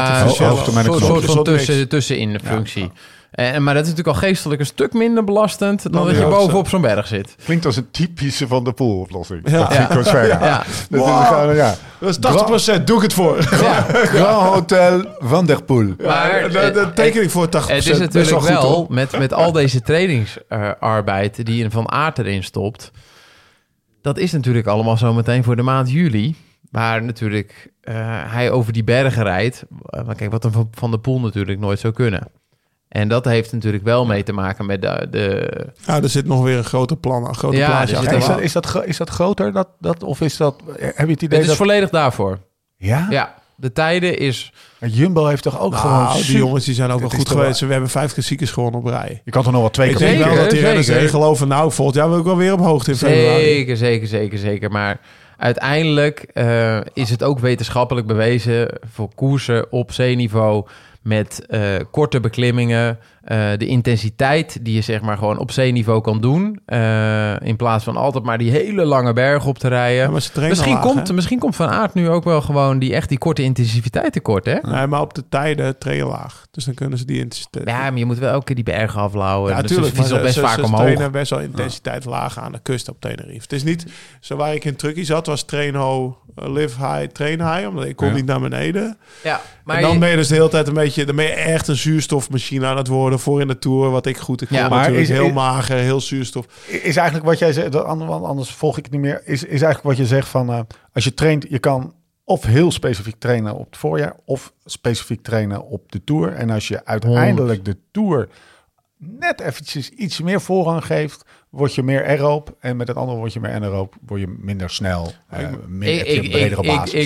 van tussenin de functie. Ja. Maar dat is natuurlijk al geestelijk een stuk minder belastend dan dat je bovenop zo'n berg zit. Klinkt als een typische Van der Poel oplossing. Ja. Cinco Sferra. Dat is 80%, doe ik het voor. Grand Hotel Van der Poel. Maar daar teken ik voor 80%. Het is natuurlijk wel, met al deze trainingsarbeid die Van Aert erin stopt. Dat is natuurlijk allemaal zo meteen voor de maand juli. Waar natuurlijk hij over die bergen rijdt. Maar kijk, wat Van der Poel natuurlijk nooit zou kunnen. En dat heeft natuurlijk wel mee te maken met de... Ja, er zit nog weer een groter plan, een groter plaatje achter. Is dat groter? Of is dat... Heb je het idee het is volledig daarvoor. Ja? Ja, de tijden is... Maar Jumbo heeft toch ook gewoon... Die jongens die zijn ook wel goed geweest. We hebben 5 klassiekers gewonnen op rij. Je kan toch nog wel 2 keer... Ik denk wel dat die renners erin geloven. Nou, volgend jaar wil ik wel weer op hoogte in februari. Zeker. Maar uiteindelijk is het ook wetenschappelijk bewezen voor koersen op zeeniveau met korte beklimmingen. De intensiteit die je zeg maar gewoon op zeeniveau kan doen. In plaats van altijd maar die hele lange bergen op te rijden. Ja, misschien komt Van Aert nu ook wel gewoon die korte intensiviteit tekort, hè? Nee, maar op de tijden trainen laag. Dus dan kunnen ze die intensiteit... Ja, maar je moet wel elke keer die bergen aflauwen. Ja, natuurlijk. Dus best vaak omhoog. Ze trainen best wel intensiteit laag aan de kust op Tenerife. Het is niet zo waar ik in Truckee zat, was train ho, live high, train high. Omdat ik kon niet naar beneden. Ja, maar en dan ben je dus de hele tijd dan ben je echt een zuurstofmachine aan het worden voor in de Tour, wat ik goed. Ik kon natuurlijk heel mager, heel zuurstof. Is eigenlijk wat jij zegt, anders volg ik het niet meer, is eigenlijk wat je zegt van, als je traint, je kan of heel specifiek trainen op het voorjaar, of specifiek trainen op de Tour. En als je uiteindelijk de Tour net eventjes iets meer voorrang geeft, word je meer aeroop. En met het andere word je meer anaeroop, word je minder snel, meer bredere basis.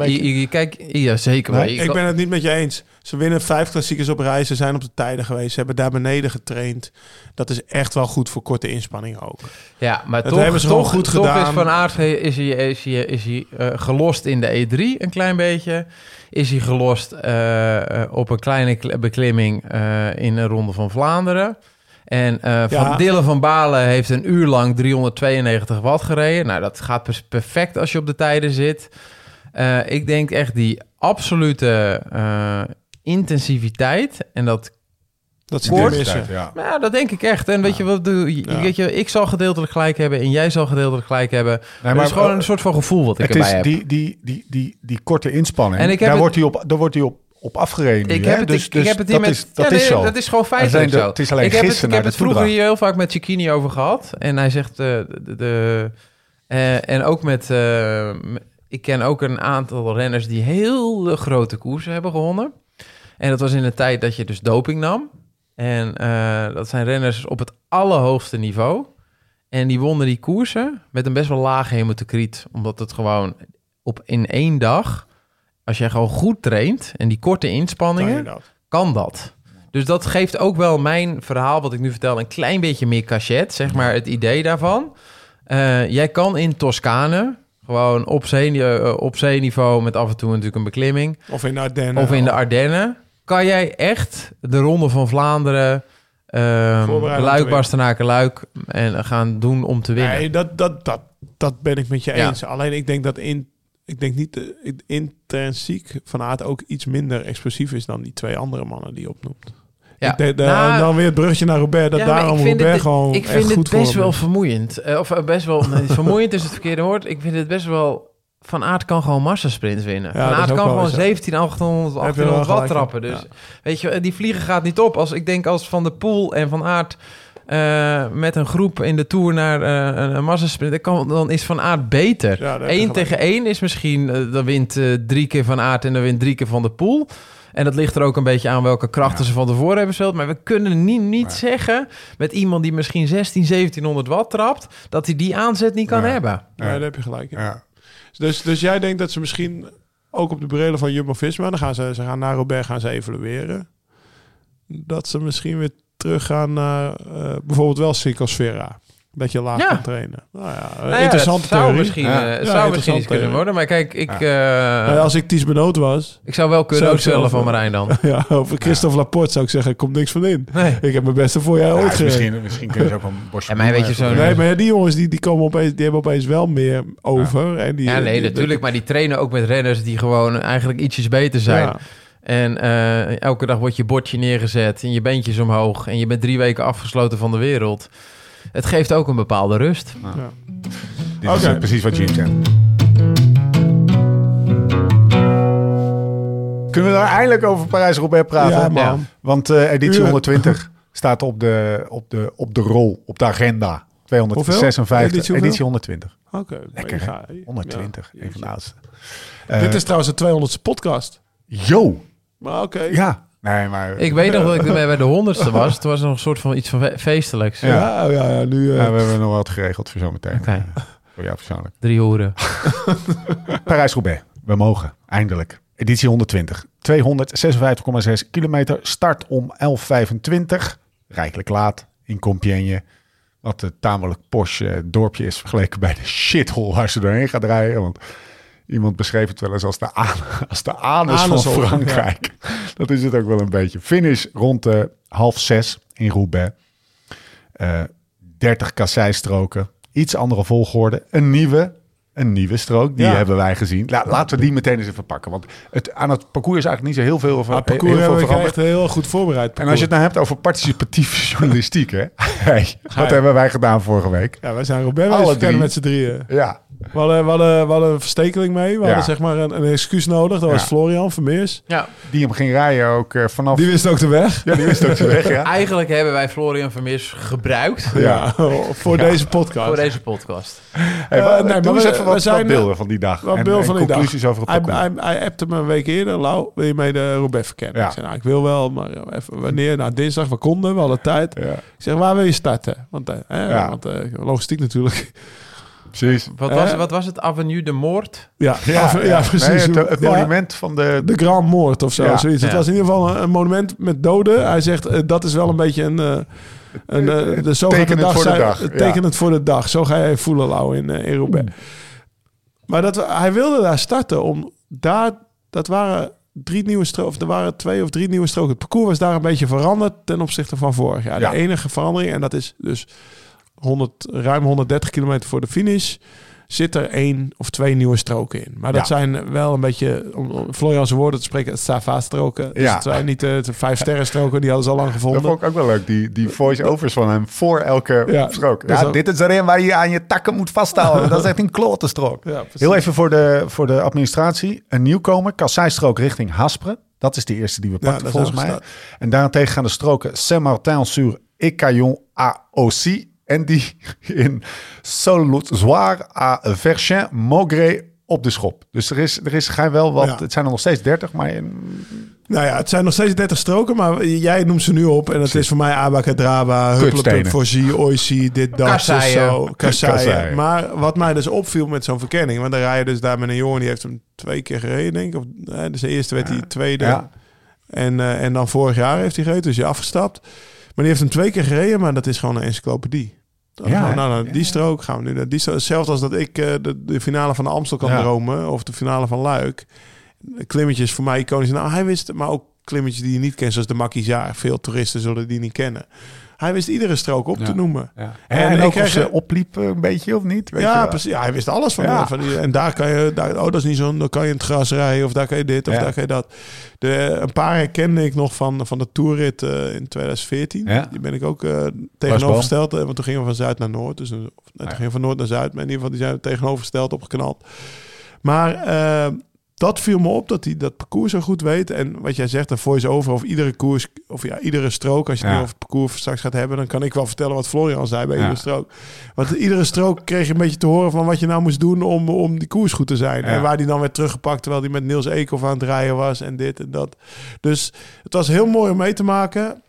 Ja, zeker. Nee, ik ben het niet met je eens. Ze winnen 5 klassiekers op rij. Ze zijn op de tijden geweest. Ze hebben daar beneden getraind. Dat is echt wel goed voor korte inspanning ook. Ja, maar toch hebben ze gewoon goed gedaan. Is Van Aert is hij gelost in de E3 een klein beetje. Is hij gelost op een kleine beklimming in de Ronde van Vlaanderen. En Dylan van Baarle heeft een uur lang 392 watt gereden. Nou, dat gaat perfect als je op de tijden zit. Ik denk echt die absolute intensiviteit en dat kort. Ja, dat denk ik echt. En weet je wat? Weet je, ik zal gedeeltelijk gelijk hebben en jij zal gedeeltelijk gelijk hebben. Nee, maar het is gewoon een soort van gevoel wat ik erbij heb. Die korte inspanning. En daar wordt hij op afgereden. Ik heb het hier met... Dat is zo. Dat is gewoon feitelijk zo. Het is alleen gissen. Ik heb het vroeger hier heel vaak met Cecchini over gehad. En hij zegt... en ook met... ik ken ook een aantal renners die heel grote koersen hebben gewonnen. En dat was in de tijd dat je dus doping nam. En dat zijn renners op het allerhoogste niveau. En die wonnen die koersen met een best wel lage hemotocriet. Omdat het gewoon in 1 dag... Als jij gewoon goed traint en die korte inspanningen, kan dat. Dus dat geeft ook wel mijn verhaal, wat ik nu vertel, een klein beetje meer cachet. Zeg maar het idee daarvan. Jij kan in Toscane, gewoon op zeeniveau met af en toe natuurlijk een beklimming. Of in de Ardennen. Kan jij echt de Ronde van Vlaanderen, Luik, Bastenaken, Luik en gaan doen om te winnen? Nee, dat ben ik met je eens. Alleen ik denk dat ik denk niet intrinsiek Van Aert ook iets minder explosief is dan die 2 andere mannen die je opnoemt. Ja. Dan weer het bruggetje naar Roubaix. Ik vind het best wel vermoeiend. Vermoeiend is het verkeerde woord. Ik vind het best wel... Van Aert kan gewoon massasprint winnen. Van Aert kan gewoon 1800 watt trappen. Dus weet je, die vliegen gaat niet op. Als Van der Poel en Van Aert met een groep in de Tour naar een massasprint, dan is Van Aert beter. 1 tegen 1 is misschien, dan wint 3 keer Van Aert en dan wint 3 keer Van der Poel. En dat ligt er ook een beetje aan welke krachten ze van tevoren hebben gesteld. Maar we kunnen niet zeggen met iemand die misschien 1700 watt trapt, dat hij die aanzet niet kan hebben. Ja, daar heb je gelijk in. Ja. Dus jij denkt dat ze misschien ook op de brelen van Jumbo-Visma, dan gaan ze gaan naar Roubaix, gaan ze evalueren, dat ze misschien weer teruggaan naar bijvoorbeeld wel Ciclosfera. Dat je laag kan trainen. Interessante theorie. Het zou misschien iets kunnen worden. Maar kijk, als ik Thies Benoot was... Ik zou wel kunnen uitstellen van Marijn dan. Over Christophe Laporte zou ik zeggen, er komt niks van in. Nee. Ik heb mijn beste voorjaar ooit gereden. Misschien kunnen ze ook een bosje... maar die jongens die komen opeens, die hebben opeens wel meer over. En natuurlijk. Maar die trainen ook met renners die gewoon eigenlijk ietsjes beter zijn. Ja. En elke dag wordt je bordje neergezet en je beentjes omhoog. En je bent 3 weken afgesloten van de wereld. Het geeft ook een bepaalde rust. Dit is precies wat Jim zegt. Kunnen we daar eindelijk over Parijs-Roubaix praten? Ja, man. Want editie 120 staat op de rol, op de agenda. 256. Editie 120. Oké. Lekker, 120. Een van de oudste. Dit is trouwens de 200ste podcast. Yo! Maar oké. Ja. Nee, maar... Ik weet nog dat ik bij de 100ste was. Het was nog een soort van iets van feestelijks. Ja, nu... we hebben nog wat geregeld voor zometeen. Okay. Voor jou persoonlijk. 3 hoeren. Parijs-Roubaix. We mogen. Eindelijk. Editie 120. 256,6 kilometer. Start om 11:25. Rijkelijk laat in Compiègne. Wat een tamelijk posh dorpje is vergeleken bij de shithole waar ze doorheen gaat rijden. Want... Iemand beschreef het wel eens als de anus van Frankrijk. Ja. Dat is het ook wel een beetje. Finish rond 5:30 in Roubaix. 30 kasseistroken. Iets andere volgorde. Een nieuwe strook. Die hebben wij gezien. Laten we die meteen eens even pakken. Want aan het parcours is eigenlijk niet zo heel veel het parcours hebben we echt heel goed voorbereid. Parcours. En als je het nou hebt over participatieve journalistiek. Hè? Wat hebben wij gedaan vorige week? Ja, wij zijn Roubaix met z'n drieën. Ja. We hadden een verstekeling mee. We hadden zeg maar een excuus nodig. Dat was Florian Vermeers. Ja. Die hem ging rijden ook vanaf... Die wist ook de weg. Ja, die wist ook de weg, ja. Eigenlijk hebben wij Florian Vermeers gebruikt. Voor deze podcast. Voor deze podcast. Doe eens even wat beelden van die dag. Wat beelden van die conclusies dag. Over het parcours. Hij appte me een week eerder. Lau, wil je mee de Roubaix verkennen? Ik zei, ik wil wel, maar even wanneer? Nou, dinsdag, we konden, we hadden tijd. Ja. Ik zeg, waar wil je starten? Want logistiek natuurlijk... Precies. Wat was het? Avenue de Moord? Ja, precies. Nee, het monument van de Grand Moord of zo. Ja. Zoiets. Het was in ieder geval een monument met doden. Hij zegt, dat is wel een beetje de zogenaamde tekenend voor de dag. Zo ga je voelen, Lau, in Roubaix. Maar hij wilde daar starten dat waren 3 nieuwe stroken, of er waren 2 of 3 nieuwe stroken. Het parcours was daar een beetje veranderd ten opzichte van vorig jaar. De enige verandering, en dat is dus ruim 130 kilometer voor de finish, zit er 1 of 2 nieuwe stroken in. Maar dat zijn wel een beetje, om Florian's woorden te spreken, Sava-stroken. Dus het zijn niet de 5-sterren stroken, die hadden ze al lang gevonden. Dat vond ik ook wel leuk, die voice-overs van hem voor elke strook. Ja, dit is erin waar je aan je takken moet vasthouden. Dat is echt een klote strook. Ja, heel even voor de administratie. Een nieuwkomer, kasseistrook richting Haspre. Dat is de eerste die we pakken volgens mij. En daarentegen gaan de stroken Saint-Martin-sur-Écaillon-à-Aussy en die in Saulxoire à Verchin-Maugret op de schop. Dus er is wel wat. Ja. Het zijn er nog steeds 30, maar... Nou ja, het zijn nog steeds 30 stroken, maar jij noemt ze nu op. En het is voor mij Abacadabra, Hupplepup, Forgy, Oisy, dit, dat, zo. Kasseien. Maar wat mij dus opviel met zo'n verkenning, want dan rij je dus daar met een jongen, die heeft hem 2 keer gereden, denk ik. Dus de eerste werd hij tweede. Ja. En dan vorig jaar heeft hij gereden, dus je afgestapt. Maar die heeft hem 2 keer gereden, maar dat is gewoon een encyclopedie. Die strook gaan we nu naar die strook. Hetzelfde als dat ik de finale van de Amstel kan dromen, of de finale van Luik. Klimmetjes voor mij iconisch. Nou, hij wist, maar ook klimmetjes die je niet kent, zoals de Maquisard. Veel toeristen zullen die niet kennen. Hij wist iedere strook op te noemen. Ja. En ook of ze opliep een beetje of niet? Weet je precies. Ja, hij wist alles van die. En daar kan je... dat is niet zo. Dan kan je in het gras rijden. Of daar kan je dit. Of daar kan je dat. Een paar herkende ik nog van de toerrit in 2014. Ja. Die ben ik ook tegenovergesteld. Want toen gingen we van Zuid naar Noord. Dus toen gingen we van Noord naar Zuid. Maar in ieder geval, die zijn tegenovergesteld opgeknald. Maar... dat viel me op, dat hij dat parcours zo goed weet. En wat jij zegt, een voice-over over iedere koers... of iedere strook. Als je het nu over het parcours straks gaat hebben... dan kan ik wel vertellen wat Florian zei bij iedere strook. Want iedere strook kreeg je een beetje te horen... van wat je nou moest doen om die koers goed te zijn. Ja. En waar die dan werd teruggepakt... terwijl hij met Niels Eekhoff aan het rijden was... en dit en dat. Dus het was heel mooi om mee te maken.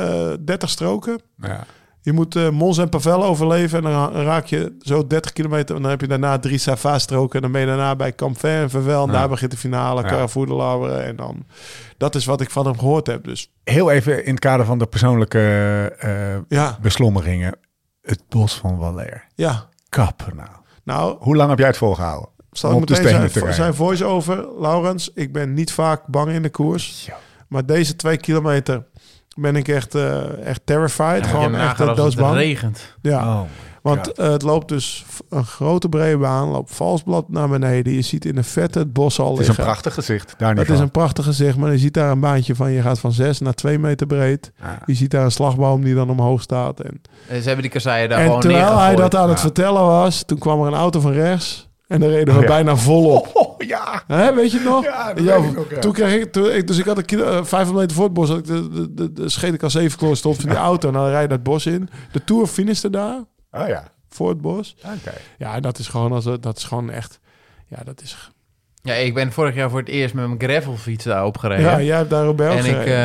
30 stroken. Ja. Je moet Mons en Pavel overleven... en dan raak je zo 30 kilometer... en dan heb je daarna 3 Sava-stroken... en dan ben je daarna bij Campvin en Vervel... en daar begint de finale, Carrefour de Lauwer... en dan... dat is wat ik van hem gehoord heb. Dus. Heel even in het kader van de persoonlijke beslommeringen. Het bos van Valère. Ja. Kappen nou. Hoe lang heb jij het volgehouden? Zal ik meteen zijn voice-over, Laurens? Ik ben niet vaak bang in de koers. Ja. Maar deze 2 kilometer... ben ik echt terrified. Ja, gewoon echt doodsbang. Het regent. Ja, want het loopt dus een grote brede baan. Loopt valsblad naar beneden. Je ziet in de vette het bos al liggen. Het is een prachtig gezicht. Het is een prachtig gezicht. Maar je ziet daar een baantje van. Je gaat van 6 naar 2 meter breed. Ja. Je ziet daar een slagboom die dan omhoog staat. En ze hebben die kasseien daar gewoon neergegooid. En terwijl hij dat aan het vertellen was... toen kwam er een auto van rechts... En dan reden we bijna volop. Ja. Weet je het nog? Ja, dat weet ik ook, ja. Toen kreeg ik... Dus ik had 500 meter voor het bos... had ik de scheet ik al 7 kloor stond van die auto... en dan rijd je het bos in. De Tour finishte daar. Oh ja. Voor het bos. Okay. Ja, dat is gewoon echt... Ja, dat is... Ja, ik ben vorig jaar voor het eerst met mijn gravelfiets daar opgereden. Ja, jij hebt daar ook bij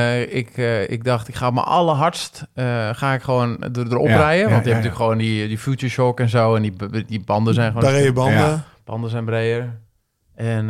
En ik dacht, ik ga op mijn allerhardst... ga ik gewoon erop rijden. Want je hebt natuurlijk gewoon die Future Shock en zo... en die banden zijn gewoon... Daar reed je banden. Ja. Banden zijn breder. En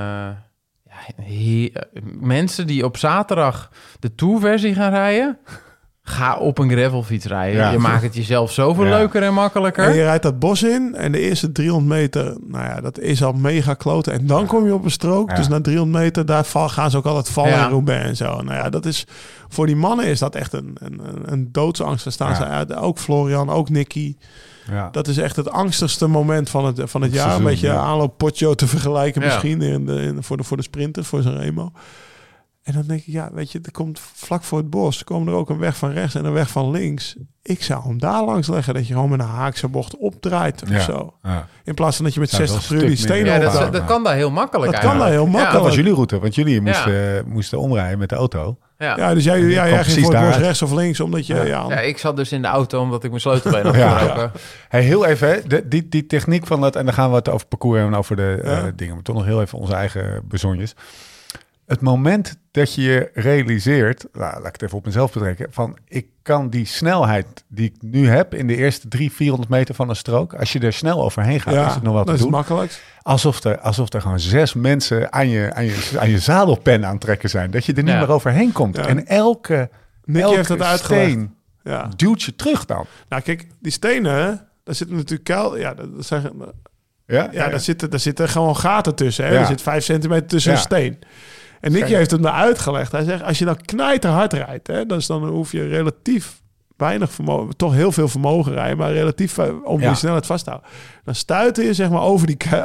mensen die op zaterdag de Tourversie gaan rijden... Ga op een gravelfiets rijden. Ja. Je maakt het jezelf zoveel leuker en makkelijker. En je rijdt dat bos in en de eerste 300 meter... nou ja, dat is al mega kloten. En dan kom je op een strook. Ja. Dus na 300 meter, daar gaan ze ook altijd vallen in Roubaix en zo. Nou ja, dat is... Voor die mannen is dat echt een doodsangst. Daar staan ze uit. Ook Florian, ook Nicky. Ja. Dat is echt het angstigste moment van het jaar. Seizoen, een beetje aanloop Poggio te vergelijken misschien... voor de sprinters, voor zijn Remo. En dan denk ik, weet je, er komt vlak voor het bos... komen er ook een weg van rechts en een weg van links. Ik zou hem daar langs leggen... dat je gewoon met een haakse bocht opdraait of zo. Ja. In plaats van dat je met 60 per uur die stenen dat kan daar heel makkelijk Dat kan daar heel makkelijk. Dat was jullie route, want jullie moesten omrijden met de auto. Ja, dus jij ging voor het bos rechts of links, omdat je... Ja, ik zat dus in de auto omdat ik mijn sleutelbeen had gebroken. Hey, heel even, die techniek van dat... en dan gaan we het over parcours en over de dingen... maar toch nog heel even onze eigen bezonjes... Het moment dat je realiseert, laat ik het even op mezelf betrekken, van ik kan die snelheid die ik nu heb in de eerste 300-400 meter van een strook, als je er snel overheen gaat, is het nog wel te doen. Dat is makkelijk. Alsof er gewoon 6 mensen aan je zadelpen aan trekken zijn, dat je er niet meer overheen komt. Ja. En elke heeft dat steen duwt je terug dan. Nou kijk, die stenen, daar zitten natuurlijk kuil. Ja, dat zijn... Daar zitten gewoon gaten tussen. Hè? Ja. Er zit 5 centimeter tussen een steen. En Nicky heeft het me uitgelegd. Hij zegt, als je dan knijterhard rijdt... Hè, dan hoef je relatief weinig vermogen... toch heel veel vermogen rijden... maar relatief om die snelheid vast te houden. Dan stuiter je zeg maar over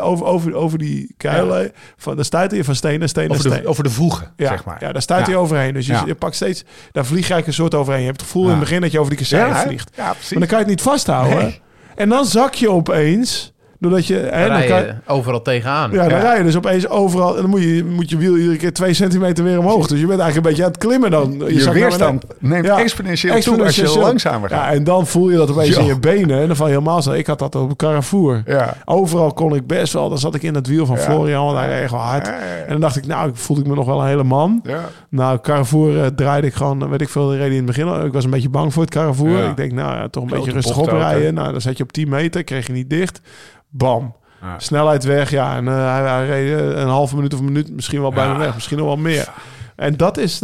die kuilen... Dan stuiter je van steen naar steen naar steen. Over de voegen, zeg maar. Ja, daar stuiter je overheen. Dus je pakt steeds... Daar vlieg je een soort overheen. Je hebt het gevoel in het begin dat je over die kasseien vliegt. Ja, precies. Maar dan kan je het niet vasthouden. Nee. En dan zak je opeens... Doordat je... Dan kan je overal tegenaan. Ja, dan rij je dus opeens overal... En dan moet je wiel iedere keer 2 centimeter weer omhoog. Dus je bent eigenlijk een beetje aan het klimmen dan. Je weerstand neemt exponentieel toe als je langzamer gaat. Ja, en dan voel je dat opeens in je benen. En dan val je helemaal zo. Ik had dat op Carrefour. Ja. Overal kon ik best wel. Dan zat ik in het wiel van Florian. Want hij reed gewoon hard. En dan dacht ik, voelde ik me nog wel een hele man. Ja. Nou, Carrefour draaide ik gewoon... Weet ik veel, de reden in het begin. Ik was een beetje bang voor het Carrefour. Ja. Ik denk, toch een beetje rustig oprijden. Nou, dan zat je op 10 meter. Kreeg je niet dicht. Bam. Ja. Snelheid weg, en hij reed een halve minuut of een minuut misschien wel bijna weg, misschien nog wel meer. En dat is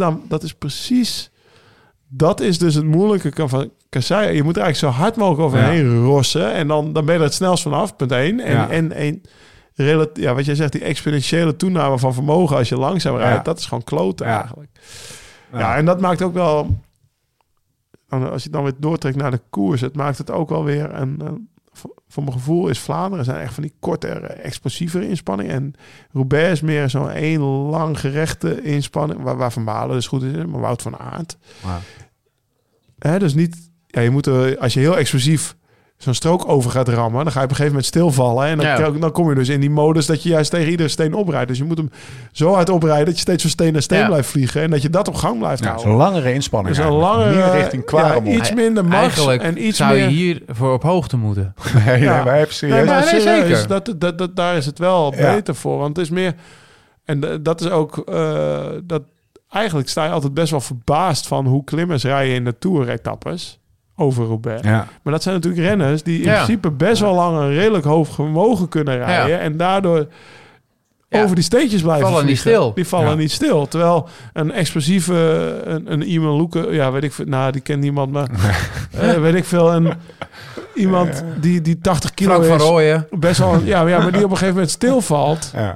dus het moeilijke van kasseien. Je moet er eigenlijk zo hard mogelijk overheen rossen en dan ben je er het snelst vanaf, punt 1. En wat jij zegt, die exponentiële toename van vermogen als je langzaam rijdt, dat is gewoon kloten eigenlijk. Ja, en dat maakt ook wel... als je het dan weer doortrekt naar de koers, het maakt het ook wel weer voor mijn gevoel is Vlaanderen zijn echt van die kortere, explosievere inspanningen. En Roubaix is meer zo'n één lang gerechte inspanning, waar Van Baarle dus goed is, maar Wout van Aert. Wow. Dus niet... Ja, je moet als je heel explosief zo'n strook over gaat rammen, dan ga je op een gegeven moment stilvallen. En dan kom je dus in die modus dat je juist tegen iedere steen oprijdt. Dus je moet hem zo hard oprijden dat je steeds van steen naar steen blijft vliegen. En dat je dat op gang blijft houden. Zo'n langere inspanning. Dus een langere, meer richting Quaremont. Iets minder max. Eigenlijk en iets zou meer... je hier voor op hoogte moeten. Nee, wij hebben serieus. Nee, zeker. Daar is het wel beter voor. Want het is meer... En dat is ook... dat eigenlijk sta je altijd best wel verbaasd van hoe klimmers rijden in de Tour-etappes over Roubaix. Ja. Maar dat zijn natuurlijk renners die in principe best wel lang een redelijk hoog vermogen kunnen rijden. Ja. En daardoor over die steentjes blijven vallen vliegen. Niet stil. Die vallen niet stil. Terwijl een explosieve, een Iman Loeken, weet ik veel, nou, die kent niemand, maar weet ik veel, iemand die 80 kilo Frank is. van Rooyen. Best wel, maar die op een gegeven moment stilvalt. Ja.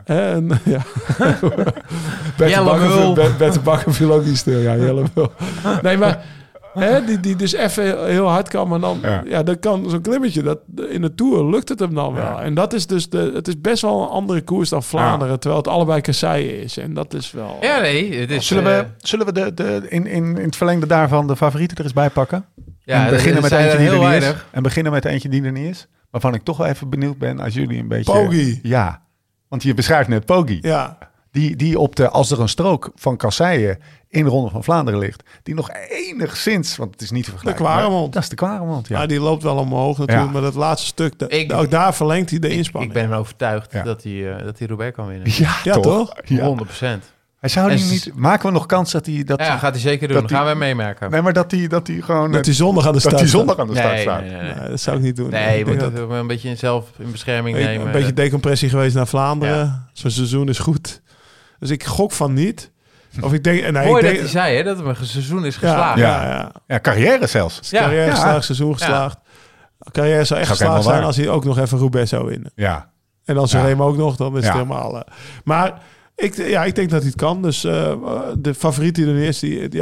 Bette Bakker viel ook niet stil. Ja, Jelle wil. Nee, maar die dus even heel hard kan, maar dan, dan kan zo'n klimmetje. Dat in de Tour lukt het hem dan wel. En dat is dus het is best wel een andere koers dan Vlaanderen, terwijl het allebei kasseien is. En dat is wel. Ja, nee. Het is, zullen we in het verlengde daarvan de favorieten er eens bij pakken? Ja, en beginnen met eentje die er niet is. En beginnen met eentje die er niet is. Waarvan ik toch wel even benieuwd ben als jullie een beetje. Poggi. Ja, want je beschrijft net Poggi. Ja. Die als er een strook van kasseien in de Ronde van Vlaanderen ligt, die nog enigszins, want het is niet te vergelijken. De Quaremont. Dat is de Quaremont, ja. Die loopt wel omhoog natuurlijk, maar dat laatste stuk, ook daar verlengt hij de inspanning. Ik ben overtuigd dat hij Roubaix kan winnen. Ja, toch? 100%. Hij zou niet. Maken we nog kans dat hij dat? Ja, gaat hij zeker doen. Dan gaan wij meemaken. Nee, maar dat hij gewoon. Dat hij zondag aan de start staat. Nee, dat zou ik niet doen. Nee, je moet dat een beetje zelf in bescherming nemen. Een beetje decompressie geweest naar Vlaanderen. Ja. Zo'n seizoen is goed. Dus ik gok van niet. Of ik denk. Mooi dat hij zei dat het een seizoen is geslaagd. Ja, carrière zelfs. Carrière geslaagd, seizoen geslaagd. Carrière zou echt geslaagd zijn als hij ook nog even Roubaix zou winnen. Ja. En als Remo ook nog, dan is het helemaal. Maar ik denk dat hij het kan. Dus de favoriet die er is,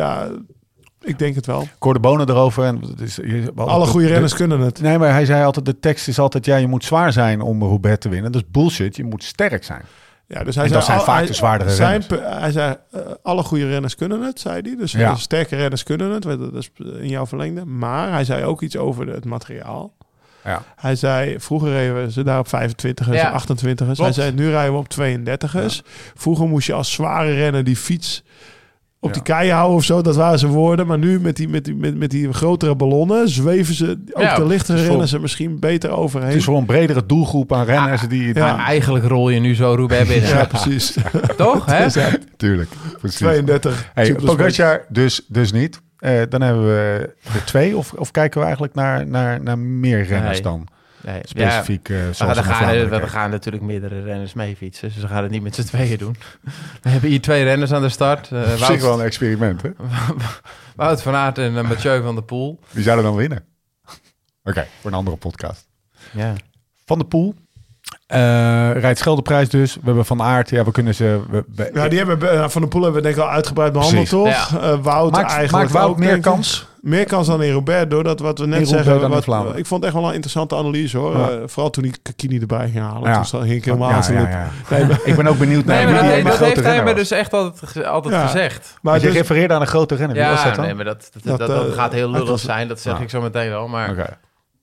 ik denk het wel. Ik hoorde Bonen erover. En alle goede renners kunnen het. Nee, maar hij zei altijd, de tekst is altijd, je moet zwaar zijn om Roubaix te winnen. Dat is bullshit, je moet sterk zijn. Ja, dus dat zijn vaak de zwaardere renners. Hij zei, alle goede renners kunnen het, zei hij. Dus sterke renners kunnen het. Dat is in jouw verlengde. Maar hij zei ook iets over het materiaal. Ja. Hij zei, vroeger reden ze daar op 25'ers, 28'ers. Hij zei, nu rijden we op 32'ers. Ja. Vroeger moest je als zware renner die fiets op die keien houden of zo. Dat waren zijn woorden. Maar nu met die grotere ballonnen zweven ze, ook de lichtere renners er misschien beter overheen. Het is gewoon een bredere doelgroep aan renners. Maar eigenlijk rol je nu zo Roubaix binnen. Ja, precies. Toch? Hè? Tuurlijk. Precies. 32. Hey, Pogacar dus niet. Dan hebben we er 2. Of kijken we eigenlijk naar meer renners dan? Nee. Specifiek. We gaan natuurlijk meerdere renners mee fietsen. Dus we gaan het niet met z'n tweeën doen. We hebben hier 2 renners aan de start. Wout, wel een experiment, hè? Wout van Aert en Mathieu van der Poel. Wie zouden dan winnen? Oké, voor een andere podcast. Ja. Van der Poel. Rijdt Scheldeprijs dus. We hebben Van Aert. Ja, we kunnen ze... die hebben Van der Poel hebben we denk ik al uitgebreid behandeld, toch? Ja. Wout maakt Wout ook meer kans? Meer kans dan in Roubaix, doordat wat we net zeggen. Ik vond het echt wel een interessante analyse, hoor. Ja. Vooral toen ik Kini erbij ging halen. Ja. Toen ging ik helemaal aan zijn lip. Nee, ik ben ook benieuwd naar wie die dat heeft hij me dus echt altijd gezegd. Maar je refereerde aan een grote renner. Wie was dat dan? Nee, maar dat gaat heel lullig zijn. Dat zeg ik zo meteen wel. Maar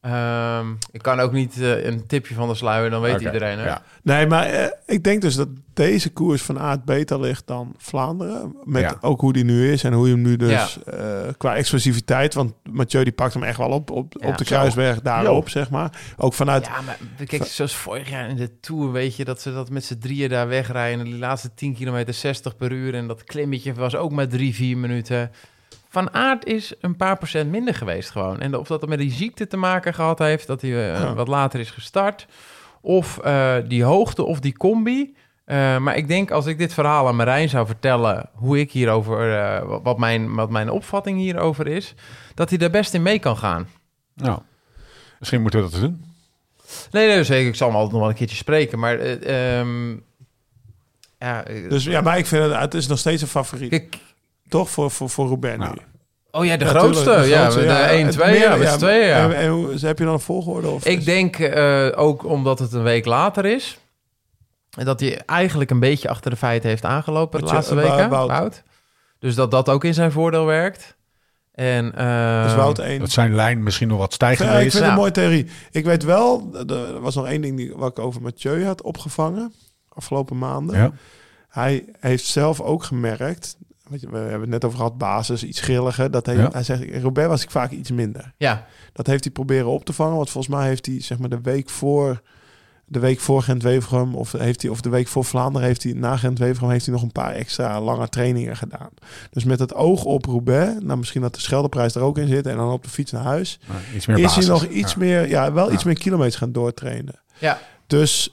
ik kan ook niet een tipje van de sluier, dan weet iedereen. Hè? Ja. Nee, maar ik denk dus dat deze koers van Aert beter ligt dan Vlaanderen. Met ook hoe die nu is en hoe je hem nu dus qua explosiviteit. Want Mathieu die pakt hem echt wel op de Kruisberg daarop, zeg maar. Ook vanuit... Ja, maar kijk, zoals vorig jaar in de Tour, weet je, dat ze dat met z'n drieën daar wegrijden. En die laatste 10 kilometer 60 per uur. En dat klimmetje was ook maar 3-4 minuten. Van Aert is een paar procent minder geweest gewoon. En of dat met die ziekte te maken gehad heeft, dat hij wat later is gestart. Of die hoogte of die combi. Maar ik denk, als ik dit verhaal aan Marijn zou vertellen, hoe ik hierover, wat mijn opvatting hierover is, dat hij daar best in mee kan gaan. Nou, misschien moeten we dat doen. Nee, zeker. Ik zal hem altijd nog wel een keertje spreken. Maar dus ja, maar ik vind het is nog steeds een favoriet. Toch voor Roubaix nu. Oh ja, de grootste. De 1-2, met z'n tweeën. En heb je dan een volgorde? Of ik denk ook omdat het een week later is. En dat hij eigenlijk een beetje achter de feiten heeft aangelopen de laatste weken. Wout. Dus dat ook in zijn voordeel werkt. En, dus Wout 1. Dat zijn lijn misschien nog wat stijgend geweest. Ik vind het een mooie theorie. Ik weet wel, er was nog één ding wat ik over Mathieu had opgevangen. Afgelopen maanden. Ja. Hij heeft zelf ook gemerkt... We hebben het net over gehad, basis, iets grilliger. Hij zegt, in Roubaix was ik vaak iets minder. Ja. Dat heeft hij proberen op te vangen. Want volgens mij heeft hij zeg maar de week voor Gent-Wevelgem of de week voor Vlaanderen heeft hij na Gent-Wevelgem heeft hij nog een paar extra lange trainingen gedaan. Dus met het oog op Roubaix, nou misschien dat de Scheldeprijs er ook in zit en dan op de fiets naar huis, iets meer is hij nog iets meer, iets meer kilometers gaan doortrainen. Ja. Dus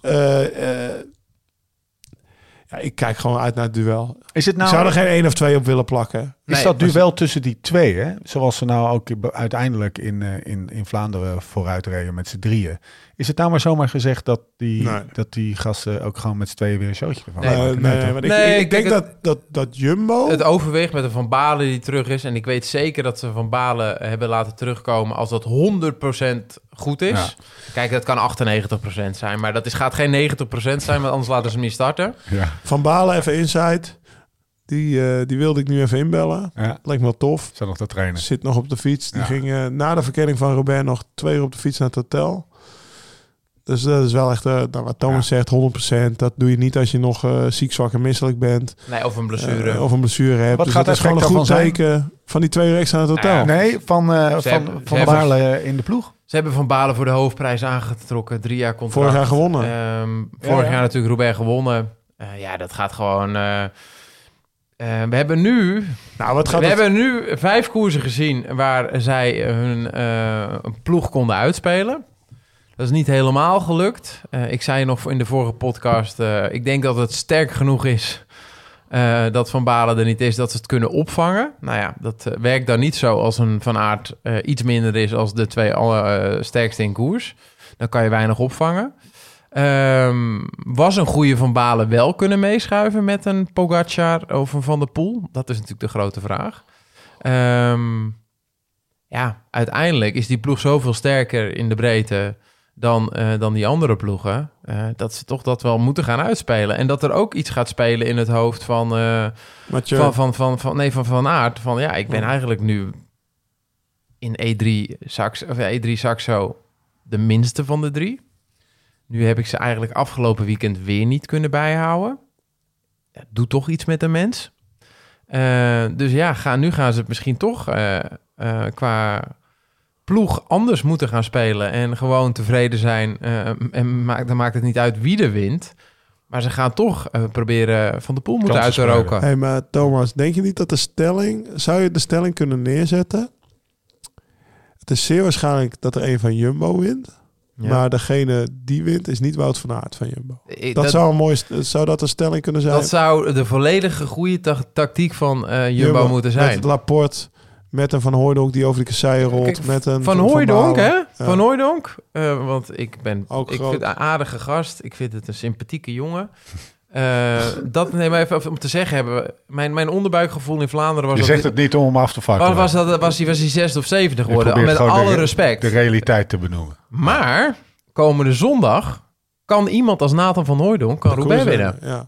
ik kijk gewoon uit naar het duel. Is het nou, ik zou er geen 1 of 2 op willen plakken. Is dat duel tussen die twee, hè? Zoals ze nou ook uiteindelijk in Vlaanderen vooruit reden met z'n drieën. Is het nou maar zomaar gezegd dat die gasten ook gewoon met z'n tweeën weer een showtje ervan maken? Ik denk dat Jumbo... Het overweegt met een Van Baarle die terug is. En ik weet zeker dat ze Van Baarle hebben laten terugkomen als dat 100% goed is. Ja. Kijk, dat kan 98% zijn. Maar dat gaat geen 90% zijn, want anders laten ze hem niet starten. Ja. Van Baarle even insight. Die wilde ik nu even inbellen. Ja. Lijkt me wel tof. Zou nog te trainen. Zit nog op de fiets. Die ging na de verkenning van Roubaix nog 2 uur op de fiets naar het hotel. Dus dat is wel echt, wat Thomas zegt, 100%. Dat doe je niet als je nog ziek, zwak en misselijk bent. Nee, of een blessure. Of een blessure hebt. Wat dus gaat dat is gewoon een goed teken van die 2 uur extra naar het hotel. Nee, van Baarle in de ploeg. Ze hebben Van Baarle voor de hoofdprijs aangetrokken. 3 jaar contract. Vorig jaar gewonnen. Vorig jaar natuurlijk Roubaix gewonnen. Dat gaat gewoon... we hebben nu 5 koersen gezien waar zij hun ploeg konden uitspelen. Dat is niet helemaal gelukt. Ik zei nog in de vorige podcast... ik denk dat het sterk genoeg is... dat Van Baarle er niet is, dat ze het kunnen opvangen. Nou ja, dat werkt dan niet zo als een Van Aert iets minder is... als de 2 sterkste in koers. Dan kan je weinig opvangen. Was een goede Van Baarle wel kunnen meeschuiven... met een Pogacar of een Van der Poel? Dat is natuurlijk de grote vraag. Uiteindelijk is die ploeg zoveel sterker in de breedte... dan die andere ploegen, dat ze toch dat wel moeten gaan uitspelen. En dat er ook iets gaat spelen in het hoofd van Van Aert. Van ik ben eigenlijk nu in E3 Saxo de minste van de 3. Nu heb ik ze eigenlijk afgelopen weekend weer niet kunnen bijhouden. Doe toch iets met de mens. Dus nu gaan ze het misschien toch qua... ploeg anders moeten gaan spelen en gewoon tevreden zijn. Dan maakt het niet uit wie er wint. Maar ze gaan toch proberen Van der Poel moeten uit te roken. Hey, maar Thomas, denk je niet dat zou je de stelling kunnen neerzetten? Het is zeer waarschijnlijk dat er een van Jumbo wint. Ja. Maar degene die wint is niet Wout van Aert van Jumbo. Zou dat een stelling kunnen zijn? Dat zou de volledige goede tactiek van Jumbo moeten zijn. Met het Laporte... Met een Van Hooijdonk die over de kasseien rolt. Kijk, met een Van Hooijdonk, hè? Ja. Van Hooijdonk. Want ik vind het een aardige gast. Ik vind het een sympathieke jongen. Maar even om te zeggen, mijn onderbuikgevoel in Vlaanderen was... Je zegt het niet om hem af te vakken. Was hij 6 of 7 geworden? Met alle respect. De realiteit te benoemen. Maar, komende zondag... kan iemand als Nathan Van Hooijdonk Roubaix winnen. Ja.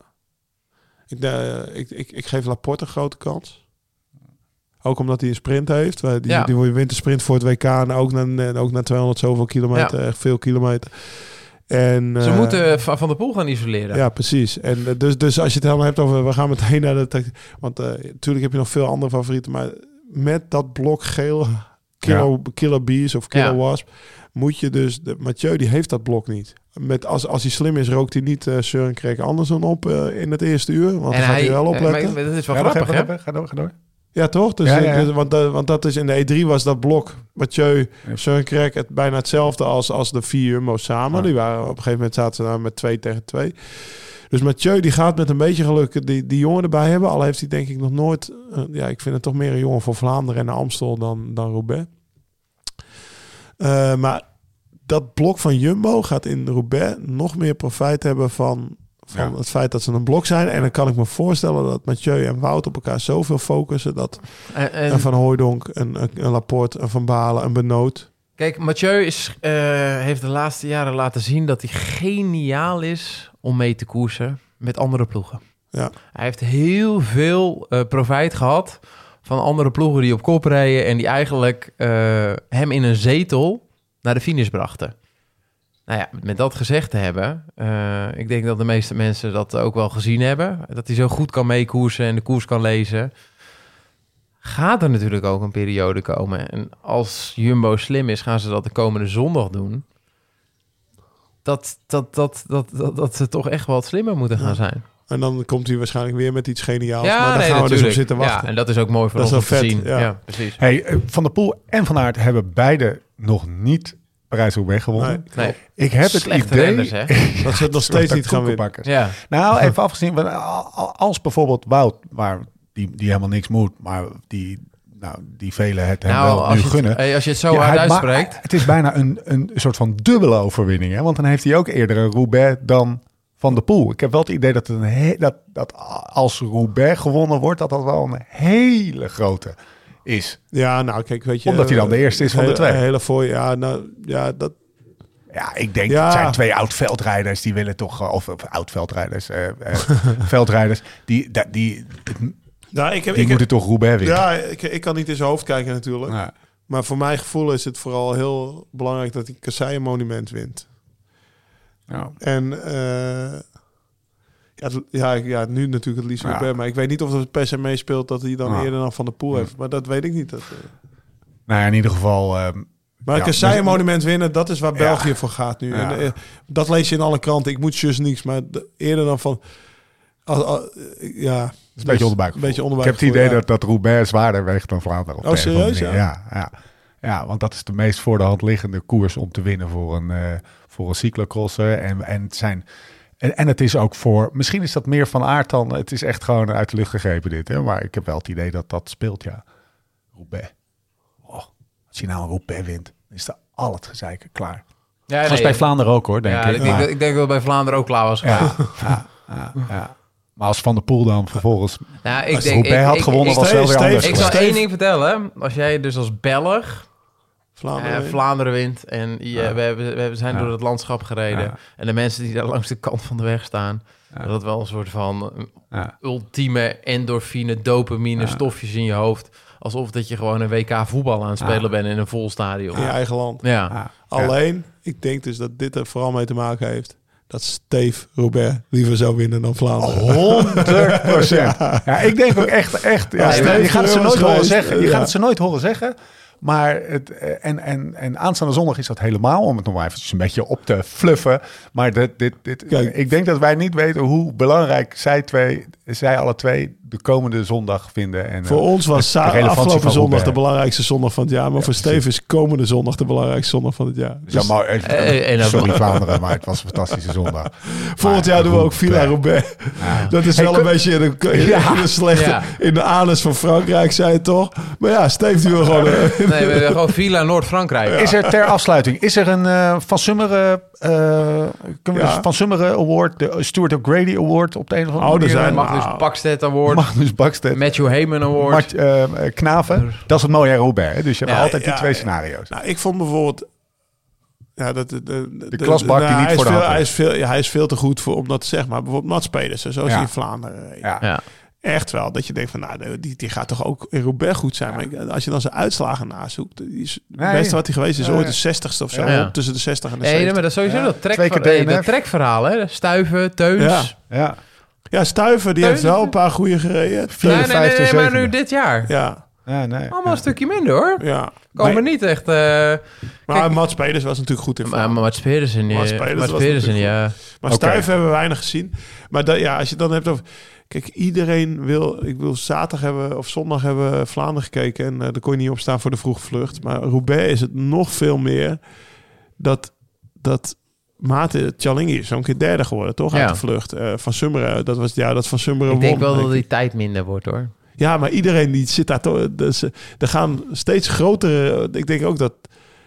Ik geef Laporte een grote kans. Ook omdat hij een sprint heeft. Die wint een sprint voor het WK en ook na 200 zoveel kilometer. Echt veel kilometer. En, ze moeten Van der Poel gaan isoleren. Ja, precies. En dus als je het helemaal hebt over... We gaan meteen naar de... Want natuurlijk heb je nog veel andere favorieten. Maar met dat blok geel... Killer Bees of Killer Wasp... moet je dus... Mathieu die heeft dat blok niet. Als hij slim is, rookt hij niet Søren Krek Andersen op in het eerste uur. Want dan gaat hij wel opletten. Dat is wel grappig, hè? Ga door. Ja, toch? Dus, want dat is in de E3 was dat blok Mathieu, Søren Krek het bijna hetzelfde als de 4 Jumbo's samen. Ja. Die waren op een gegeven moment zaten ze daar met 2 tegen 2. Dus Mathieu die gaat met een beetje geluk die jongen erbij hebben. Al heeft hij denk ik nog nooit... ik vind het toch meer een jongen voor Vlaanderen en Amstel dan Roubaix. Maar dat blok van Jumbo gaat in Roubaix nog meer profijt hebben van van het feit dat ze een blok zijn. En dan kan ik me voorstellen dat Mathieu en Wout op elkaar zoveel focussen. Dat een Van Hooijdonk, een Laporte, een Van Baarle, een Benoot. Kijk, Mathieu heeft de laatste jaren laten zien dat hij geniaal is om mee te koersen met andere ploegen. Ja. Hij heeft heel veel profijt gehad van andere ploegen die op kop reden en die eigenlijk hem in een zetel naar de finish brachten. Nou ja, met dat gezegd te hebben, ik denk dat de meeste mensen dat ook wel gezien hebben. Dat hij zo goed kan meekoersen en de koers kan lezen. Gaat er natuurlijk ook een periode komen. En als Jumbo slim is, gaan ze dat de komende zondag doen. Dat ze toch echt wat slimmer moeten gaan zijn. En dan komt hij waarschijnlijk weer met iets geniaals. Ja, maar dan gaan we dus op zitten wachten. Ja, en dat is ook mooi voor ons om te zien. Ja, precies. Hey, Van der Poel en Van Aert hebben beide nog niet Parijs-Roubaix gewonnen. Nee. Ik heb het idee renners, hè? Dat ze het nog steeds niet gaan winnen. Ja. Nou, even afgezien. Als bijvoorbeeld Wout, waar die helemaal niks moet, maar die velen het hem wel nu gunnen. Als je het zo hard uitspreekt. Het is bijna een soort van dubbele overwinning. Hè? Want dan heeft hij ook eerder een Roubaix dan Van der Poel. Ik heb wel het idee dat als Roubaix gewonnen wordt, dat wel een hele grote is. Ja, nou kijk, weet je. Omdat hij dan de eerste is van de twee. Hele voor, dat. Ja, ik denk het zijn twee oud-veldrijders die willen toch, of oud-veldrijders, veldrijders die moeten toch Roubaix winnen. Ja, ik kan niet in zijn hoofd kijken natuurlijk. Ja. Maar voor mijn gevoel is het vooral heel belangrijk dat hij Kasseien-monument wint. Ja. En nu natuurlijk het liefst Roubaix. Maar ik weet niet of het per se meespeelt dat hij dan eerder dan Van der Poel heeft. Maar dat weet ik niet. Nou ja, in ieder geval. Maar het Kasseien-monument winnen, dat is waar België voor gaat nu. Ja. En, dat lees je in alle kranten. Ik moet just niks, maar eerder dan van. Het is een beetje onderbuik. Ik heb het idee dat Roubaix zwaarder weegt dan Vlaanderen. Oh, serieus? Ja, want dat is de meest voor de hand liggende koers om te winnen voor een cyclocrosser. En het is ook voor... Misschien is dat meer Van Aert dan... Het is echt gewoon uit de lucht gegrepen dit. Hè? Maar ik heb wel het idee dat dat speelt, ja. Roubaix. Als je nou een Roubaix wint, dan is al het gezeiken klaar. Ja, dat was bij Vlaanderen ook, hoor, denk ik. Ik denk dat bij Vlaanderen ook klaar was. Ja. Maar als Van der Poel dan vervolgens... als Roubaix had gewonnen, was het wel weer anders. Ik zal één ding vertellen. Als jij dus als Belg Vlaanderen wint en we zijn door het landschap gereden. Ja. En de mensen die daar langs de kant van de weg staan... dat het wel een soort van ultieme endorfine, dopamine stofjes in je hoofd... Alsof dat je gewoon een WK voetbal aan het spelen bent in een vol stadion. In je eigen land. Ja. Alleen, ik denk dus dat dit er vooral mee te maken heeft... dat Steve Roubaix liever zou winnen dan Vlaanderen. 100%. Ja, ik denk ook echt. Ja, je gaat het ze nooit horen zeggen. Je gaat het ze nooit horen zeggen. Maar en aanstaande zondag is dat helemaal, om het nog maar eventjes een beetje op te fluffen. Maar ik denk dat wij niet weten hoe belangrijk zij alle twee de komende zondag vinden. En, voor ons was afgelopen zondag de belangrijkste zondag van het jaar. Maar voor Steve is komende zondag de belangrijkste zondag van het jaar. Dus, sorry Vlaanderen, maar het was een fantastische zondag. Volgend jaar doen we ook Villa-Roubaix. Ja. Dat is wel een beetje in de anus van Frankrijk, zei het toch? Maar ja, Steve doen we gewoon... Nee, we hebben gewoon Villa Noord-Frankrijk. Ja. Is er ter afsluiting, is er een Van Summeren... Van Summeren Award, de Stuart O'Grady Award op de een of andere manier. Er zijn Magnus Bakstedt Award. Magnus Bakstedt. Matthew Heyman Award. Knaven. Dat is het mooie Roubaix. Dus je hebt altijd die twee scenario's. Nou, ik vond bijvoorbeeld... de klasbak die niet voor de hand is. Hij is veel te goed om dat te zeggen. Maar bijvoorbeeld Mats Pedersen, zoals hij in Vlaanderen reed. Ja. Echt wel, dat je denkt van, die gaat toch ook in Roubaix goed zijn. Maar als je dan zijn uitslagen nazoekt, het beste wat hij geweest is ooit de 60ste of zo. Ja. Tussen de 60 en de 70. Maar dat is sowieso dat trekverhaal, hè? Stuiven, Teuns. Ja, Stuiven, die heeft wel een paar goede gereden. Nee, maar nu dit jaar. Ja. Allemaal een stukje minder, hoor. Ja. Komen niet echt... maar Mats Pedersen was natuurlijk goed in Vlaanderen. Maar Mats Pedersen, ja. Maar Stuiven hebben we weinig gezien. Maar als je dan hebt over... Kijk, iedereen wil... Ik wil zondag hebben Vlaanderen gekeken... en daar kon je niet op staan voor de vroege vlucht. Maar Roubaix is het nog veel meer... dat Maarten Tjallingi is zo'n keer derde geworden, toch? Uit de vlucht. Van Summeren, dat was het jaar dat Van Summeren won. Ik denk wel dat die tijd minder wordt, hoor. Ja, maar iedereen die zit daar toch... Dus, er gaan steeds grotere... Ik denk ook dat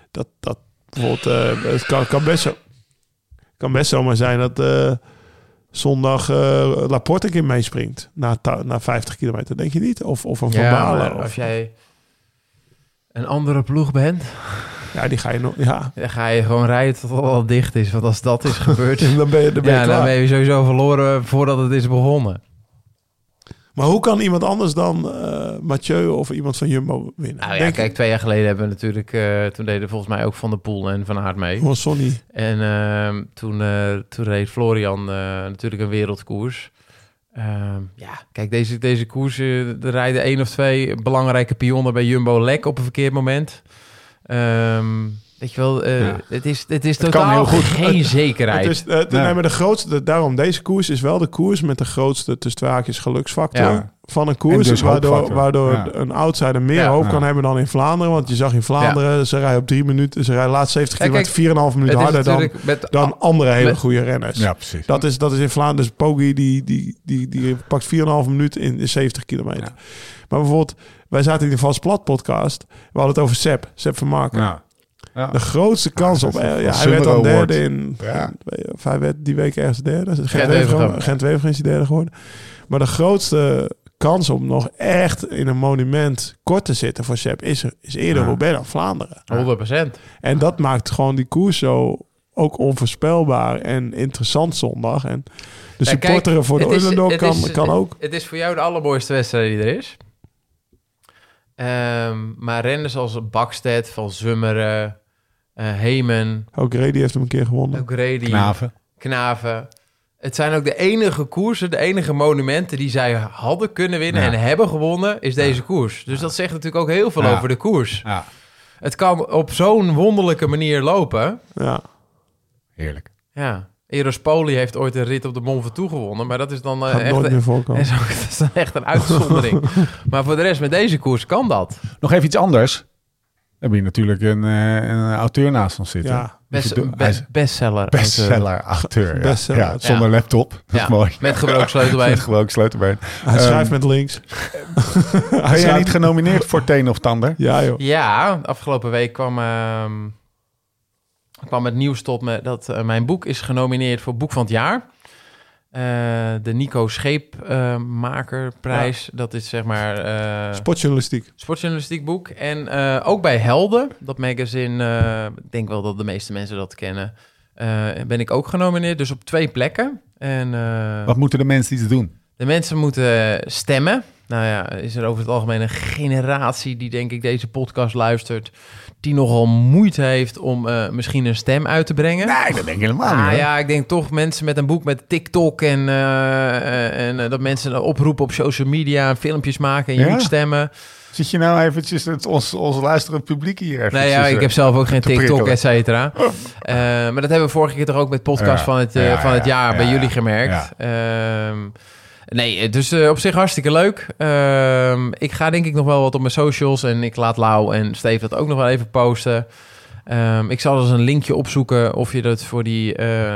bijvoorbeeld... het kan best zomaar zijn zondag Laporte een keer meespringt na 50 kilometer, denk je niet? Of een Van Baarle. Als jij een andere ploeg bent... Ja, die ga je nog... Ja. Dan ga je gewoon rijden tot het al dicht is. Want als dat is gebeurd... dan ben je klaar. Dan ben je sowieso verloren voordat het is begonnen. Maar hoe kan iemand anders dan Mathieu of iemand van Jumbo winnen? Nou ja, kijk, 2 jaar geleden hebben we natuurlijk... toen deden volgens mij ook Van der Poel en Van Aert mee. Oh, Sonny. En toen reed Florian natuurlijk een wereldkoers. Kijk, deze koers... er rijden 1 of 2 belangrijke pionnen bij Jumbo lek op een verkeerd moment... weet je wel, het is totaal heel goed. Geen zekerheid. Maar de grootste, daarom deze koers is wel de koers met de grootste tussen 2 haakjes geluksfactor van een koers, dus waardoor een outsider meer hoop kan hebben dan in Vlaanderen. Want je zag in Vlaanderen, ze rijden op 3 minuten, ze rijden laatst 70 kilometer 4,5 minuten harder dan andere hele goede renners. Ja, precies. Dat is in Vlaanderen. Dus Poggi die pakt 4,5 minuten in 70 kilometer. Ja. Maar bijvoorbeeld, wij zaten in de Vals Plat podcast, we hadden het over Sepp van Marken. Ja. Ja. De grootste kans op... hij werd dan derde in... Hij werd die week ergens derde. Gent-Wevergem is hij derde geworden. Maar de grootste kans om nog echt in een monument kort te zitten voor Sepp is eerder Roubaix dan Vlaanderen. 100%. En dat maakt gewoon die koers zo ook onvoorspelbaar en interessant zondag. En de supporteren voor de underdog kan ook. Het is voor jou de allermooiste wedstrijd die er is. Maar renners als Bakstedt, Van Zummeren, Heemen... O'Grady heeft hem een keer gewonnen. Knaven. Het zijn ook de enige koersen, de enige monumenten die zij hadden kunnen winnen en hebben gewonnen, is deze koers. Dus dat zegt natuurlijk ook heel veel over de koers. Ja. Het kan op zo'n wonderlijke manier lopen. Ja. Heerlijk. Ja. Eros Poli heeft ooit een rit op de Mont Ventoux gewonnen, maar dat is dan nooit meer voorkomen. Dat is dan echt een uitzondering. Maar voor de rest, met deze koers kan dat. Nog even iets anders. Dan heb je natuurlijk een auteur naast ons zitten. Ja. Bestseller. Bestseller-auteur. Ja, zonder laptop. Dat is mooi. Met gebroken sleutelbeen. Hij schrijft met links. Ben jij niet genomineerd voor Teen of Tander? Ja, joh. Ja, afgelopen week kwam het nieuws tot me dat mijn boek is genomineerd voor Boek van het Jaar. De Nico Scheepmakerprijs. Dat is zeg maar... Sportjournalistiek boek. En ook bij Helden, dat magazine, ik denk wel dat de meeste mensen dat kennen, ben ik ook genomineerd. Dus op 2 plekken. En, wat moeten de mensen iets doen? De mensen moeten stemmen. Nou ja, is er over het algemeen een generatie die denk ik deze podcast luistert, die nogal moeite heeft om misschien een stem uit te brengen. Nee, dat denk ik helemaal niet. Ja, ik denk toch mensen met een boek met TikTok en dat mensen oproepen op social media, filmpjes maken en je moet stemmen. Zit je nou eventjes ons luisterend publiek hier even? Nee, ja, ik heb zelf ook geen TikTok, et cetera. Maar dat hebben we vorige keer toch ook met podcast van het jaar bij jullie gemerkt. Ja. Nee, dus op zich hartstikke leuk. Ik ga denk ik nog wel wat op mijn socials en ik laat Lau en Steve dat ook nog wel even posten. Ik zal dus een linkje opzoeken of je dat voor die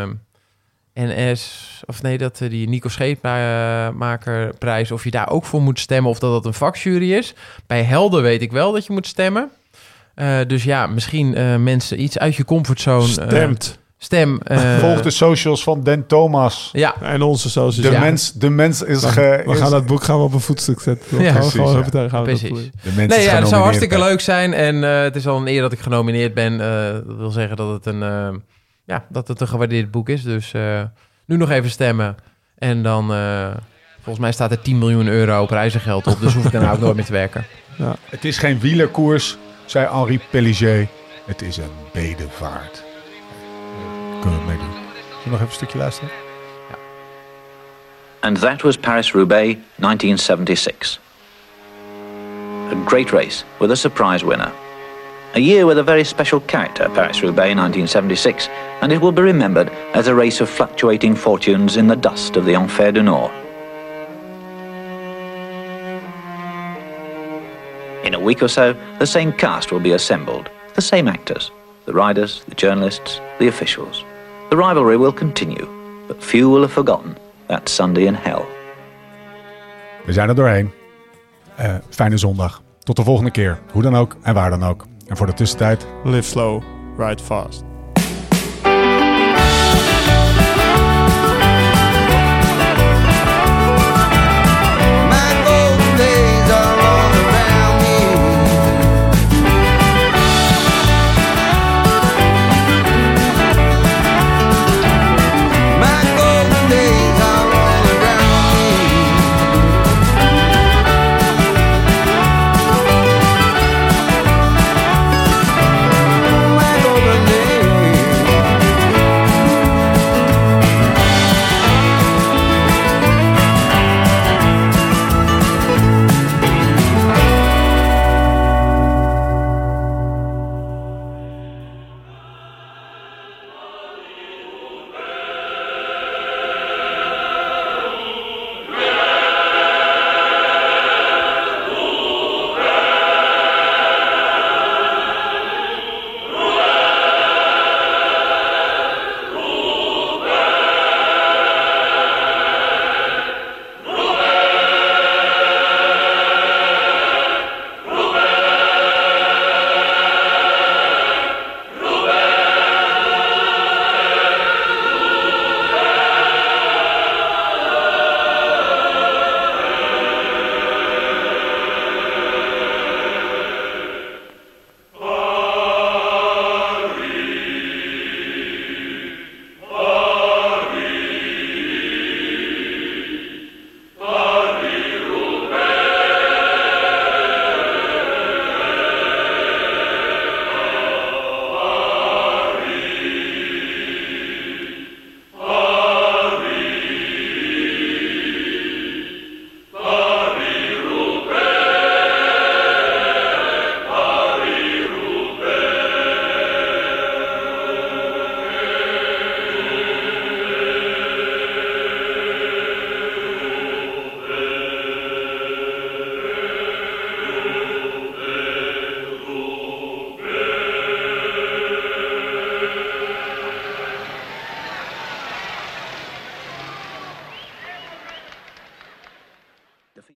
die Nico Scheepmakerprijs, of je daar ook voor moet stemmen of dat een vakjury is. Bij Helden weet ik wel dat je moet stemmen. Dus ja, misschien mensen iets uit je comfortzone... Volg de socials van Den Thomas. Ja. En onze socials. De mens is... We gaan dat boek op een voetstuk zetten. Precies. Dat zou hartstikke leuk zijn. En het is al een eer dat ik genomineerd ben. Dat wil zeggen dat het een gewaardeerd boek is. Dus nu nog even stemmen. En dan... volgens mij staat er 10 miljoen euro prijzengeld op. Dus hoef ik daarna ook nooit meer te werken. Ja. Het is geen wielerkoers, zei Henri Pelliger. Het is een bedevaart. Kunnen we het meedoen. Zullen we nog even een stukje luisteren? Ja. And that was Paris-Roubaix 1976. A great race with a surprise winner. A year with a very special character, Paris-Roubaix 1976, and it will be remembered as a race of fluctuating fortunes in the dust of the Enfer du Nord. In a week or so, the same cast will be assembled, the same actors, the riders, the journalists, the officials. The rivalry will continue, but few will have forgotten that Sunday in hell. We zijn er doorheen. Fijne zondag. Tot de volgende keer. Hoe dan ook en waar dan ook. En voor de tussentijd... Live slow, ride fast.